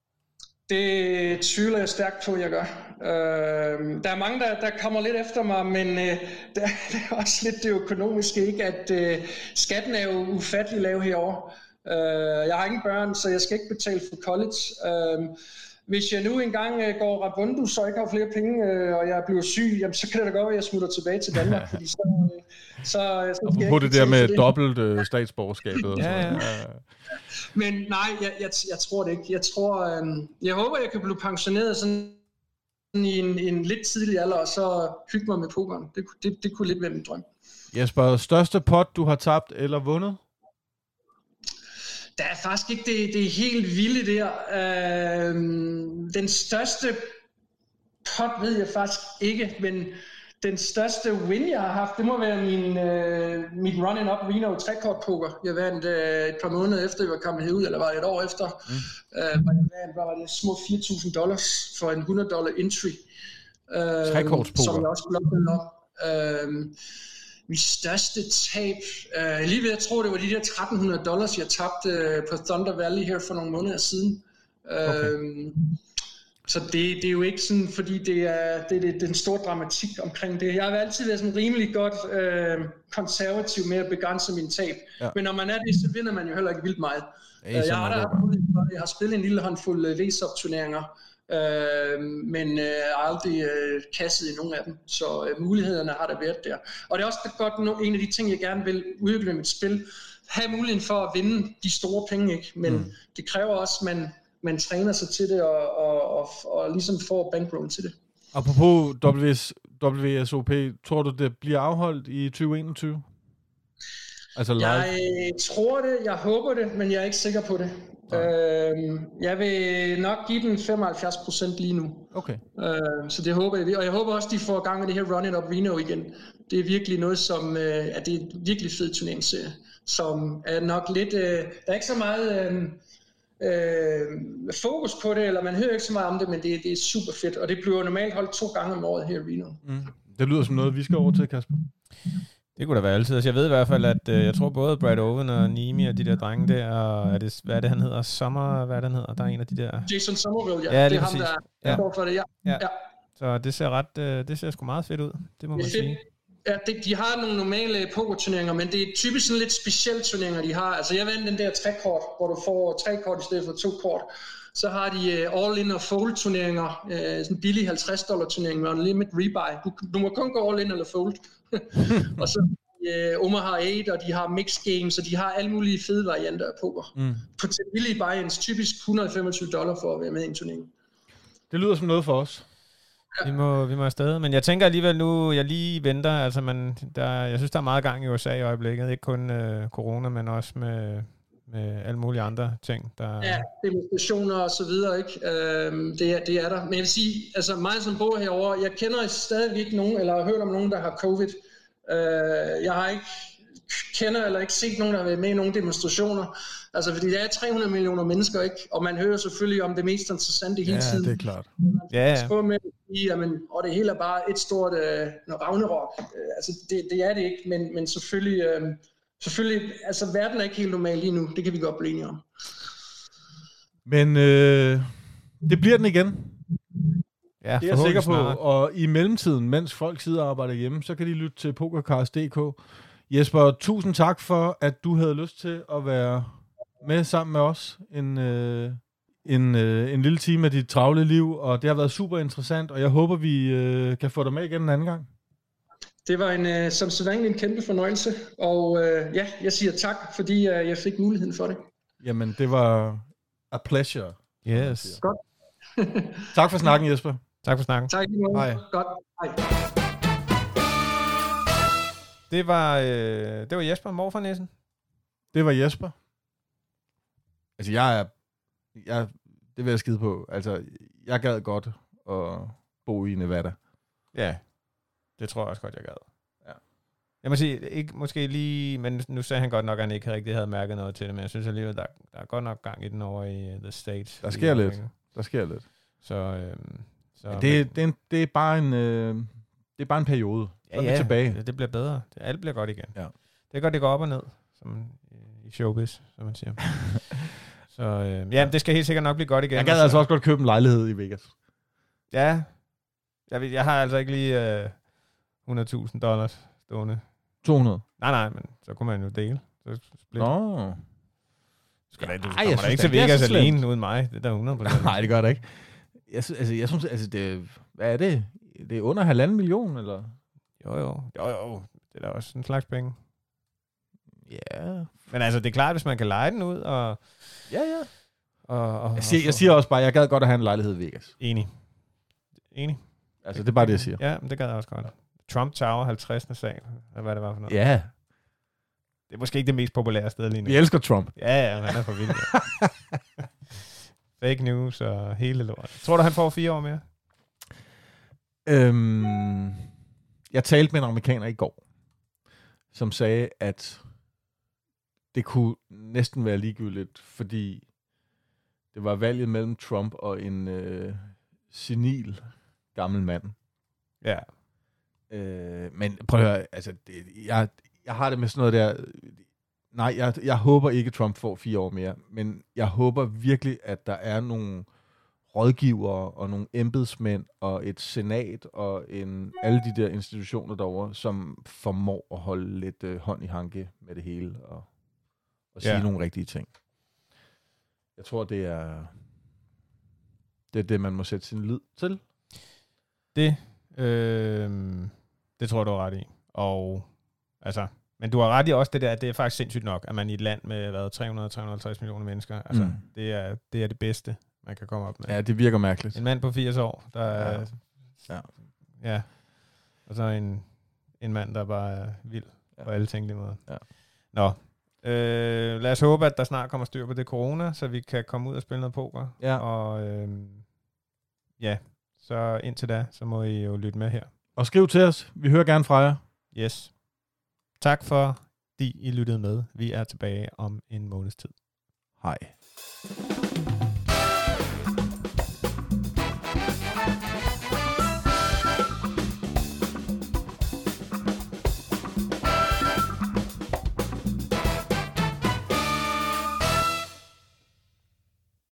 Det tvivler jeg stærkt på, jeg gør. Øh, der er mange, der, der kommer lidt efter mig, men øh, der, det er også lidt det økonomiske, ikke? At øh, skatten er jo ufattelig lav herovre. Øh, jeg har ingen børn, så jeg skal ikke betale for college. Øh, hvis jeg nu engang øh, går rabundus, så ikke har flere penge, øh, og jeg bliver syg, jamen, så kan det da godt være, at jeg smutter tilbage til Danmark. Fordi så, øh, så, så skal jeg på det der med dobbelt øh, statsborgerskabet. Og ja, ja. Men nej, jeg, jeg, jeg tror det ikke. Jeg tror, øh, jeg håber, jeg kan blive pensioneret sådan i en, en lidt tidlig alder, og så hygge mig med pokeren. Det, det, det kunne lidt være min drøm. Jesper, største pot, du har tabt eller vundet? Der er faktisk ikke det, det er helt vilde der. Øh, den største pot ved jeg faktisk ikke, men den største win, jeg har haft, det må være min, øh, mit Run-In-Up Reno tre-kort-poker. Jeg vandt øh, et par måneder efter, jeg var kommet herud, eller var det et år efter. Mm. Øh, jeg vandt, var det små fire tusind dollars for en hundrede dollar entry. Øh, tre-korts-poker? Som jeg også blokkede op. Øh, mit største tab, øh, lige ved at tro, det var de der tretten hundrede dollars, jeg tabte øh, på Thunder Valley her for nogle måneder siden. Okay. Øh, Så det, det er jo ikke sådan, fordi det er, det er den store dramatik omkring det. Jeg har altid været sådan rimelig godt øh, konservativ med at begrænse min tab. Ja. Men når man er det, så vinder man jo heller ikke vildt meget. Jeg, jeg har da jeg har spillet en lille håndfuld uh, V-sub-turneringer, øh, men øh, aldrig øh, kasset i nogen af dem. Så øh, mulighederne har der været der. Og det er også godt en af de ting, jeg gerne vil udvikle i mit spil. Have muligheden for at vinde de store penge, ikke? Men mm. det kræver også, at man... man træner sig til det, og, og, og, og ligesom får bankroll til det. Apropos W S O P, tror du, det bliver afholdt i tyve enogtyve? Altså live? Jeg tror det, jeg håber det, men jeg er ikke sikker på det. Øh, jeg vil nok give den femoghalvfjerds procent lige nu. Okay. Øh, så det håber jeg. Og jeg håber også, de får gang med det her Run-It-Up Reno igen. Det er virkelig noget, som øh, at det er en virkelig fed turneringsserie, som er nok lidt... Øh, der er ikke så meget... Øh, Øh, fokus på det, eller man hører ikke så meget om det, men det, det er super fedt, og det bliver normalt holdt to gange om året her i Reno. Mm. Det lyder som noget, vi skal over til, Kasper. Det kunne da være altid. Altså, jeg ved i hvert fald, at øh, jeg tror både Brad Owen og Nimi og de der drenge der, og er det, hvad er det, han hedder? Sommer, hvad er det, han hedder? Der er en af de der... Jason Somerville, ja. Ja, det er præcis. ham, der ja. går for det, ja. Ja. ja. Så det ser ret, øh, det ser sgu meget fedt ud, det må det man fedt. sige. Ja, det, de har nogle normale pokerturneringer, men det er typisk sådan lidt specielle turneringer, de har. Altså jeg vandt den der tre-kort, hvor du får tre kort i stedet for to kort. Så har de uh, all-in og fold turneringer, uh, sådan en billig halvtreds dollar turnering med unlimited rebuy. Du, du må kun gå all-in eller fold. Og så uh, Omaha otte, og de har mixed games, og de har alle mulige fede varianter af poker. Mm. På til billige buy-ins, typisk et hundrede og femogtyve dollar for at være med i en turnering. Det lyder som noget for os. Vi må, vi må afsted. Men jeg tænker alligevel nu, jeg lige venter, altså man, der, jeg synes, der er meget gang i U S A i øjeblikket. Ikke kun øh, corona, men også med, med alle mulige andre ting. Der... Ja, demonstrationer og så videre, ikke? Øhm, det, er, det er der. Men jeg vil sige, altså mig som bor herovre, jeg kender stadig ikke nogen, eller har hørt om nogen, der har covid. Øh, jeg har ikke kender eller ikke set nogen, der har været med i nogle demonstrationer. Altså, fordi der er tre hundrede millioner mennesker, ikke? Og man hører selvfølgelig om det mest interessante hele tiden. Ja, det er klart. Ja, ja. Så med at sige, jamen, og det hele er bare et stort øh, ragnarok. Øh, altså, det, det er det ikke, men, men selvfølgelig, øh, selvfølgelig, altså, verden er ikke helt normal lige nu. Det kan vi godt blive enige om. Men øh, det bliver den igen. Ja, det er jeg sikker på. Og i mellemtiden, mens folk sidder og arbejder hjemme, så kan de lytte til Pokercast punktum d k. Jesper, tusind tak for, at du havde lyst til at være med sammen med os en, øh, en, øh, en lille time af dit travle liv, og det har været super interessant, og jeg håber, vi øh, kan få dig med igen en anden gang. Det var en, øh, som sædvanligt en kæmpe fornøjelse, og øh, ja, jeg siger tak, fordi øh, jeg fik muligheden for det. Jamen, det var a pleasure. Yes. Godt. Tak for snakken, Jesper. Tak for snakken. Tak. Hej. Godt. Hej. Det var, øh, det var Jesper Morfarnissen. Det var Jesper. Altså, jeg er... Jeg, det vil jeg skide på. Altså, jeg gad godt at bo i Nevada. Ja, det tror jeg også godt, jeg gad. Ja. Jeg må sige, ikke måske lige... Men nu sagde han godt nok, at han ikke rigtig havde mærket noget til det, men jeg synes alligevel, der, der er godt nok gang i den over i uh, The States. Der sker lidt. Penge. Der sker lidt. Så... Øh, så ja, det, men, det, er en, det er bare en... Øh, det er bare en periode. Ja, ja, tilbage. Det, det bliver bedre. Det, alt bliver godt igen. Ja. Det er godt, det går op og ned, som i i showbiz, som man siger. Så øh, ja, det skal helt sikkert nok blive godt igen. Jeg gad altså også godt købe en lejlighed i Vegas. Ja, jeg, ved, jeg har altså ikke lige øh, hundrede tusind dollars stående. to hundrede? Nej, nej, men så kunne man jo dele. Så Nå. Skal ja, da, du ej, kommer da ikke til Vegas alene uden mig. Det er der hundrede procent. Nej, det gør det ikke. Jeg, synes, altså, jeg synes, altså, det, hvad er det? Det er under halvanden million, eller? Jo, jo. Jo, jo. Det er da også en slags penge. Ja. Men altså, det er klart, hvis man kan lege den ud, og... Ja, ja. Og, og, jeg, siger, jeg siger også bare, jeg gad godt at have en lejlighed i Vegas. Enig. Enig. Altså, det er bare det, jeg siger. Ja, men det gad jeg også godt. Trump Tower, halvtredsende sal. Hvad det var for noget. Ja. Det er måske ikke det mest populære sted lige nu. Vi elsker Trump. Ja, ja, han er for vild. Fake news og hele lort. Tror du, han får fire år mere? Øhm, jeg talte med en amerikaner i går, som sagde, at det kunne næsten være ligegyldigt, fordi det var valget mellem Trump og en øh, senil gammel mand. Ja. Øh, men prøv at høre, altså, det, jeg, jeg har det med sådan noget der... Nej, jeg, jeg håber ikke, Trump får fire år mere, men jeg håber virkelig, at der er nogle rådgivere og nogle embedsmænd og et senat og en, alle de der institutioner derovre, som formår at holde lidt øh, hånd i hanke med det hele og, og sige ja. nogle rigtige ting. Jeg tror, det er det, er det man må sætte sin lid til. Det, øh, det tror jeg, du har ret i. Og altså... Men du har ret i også det der, at det er faktisk sindssygt nok, at man i et land med hvad, tre hundrede til tre hundrede og halvtreds millioner mennesker, altså mm. det, er, det er det bedste, man kan komme op med. Ja, det virker mærkeligt. En mand på firs år, der er... Ja. Ja. ja. Og så en, en mand, der bare er vild ja. på alle tænkelige måder. Ja. Nå. Øh, lad os håbe, at der snart kommer styr på det corona, så vi kan komme ud og spille noget poker. Ja. Og øh, ja, så indtil da, så må I jo lytte med her. Og skriv til os. Vi hører gerne fra jer. Yes. Tak for, at I lyttede med. Vi er tilbage om en måneds tid. Hej.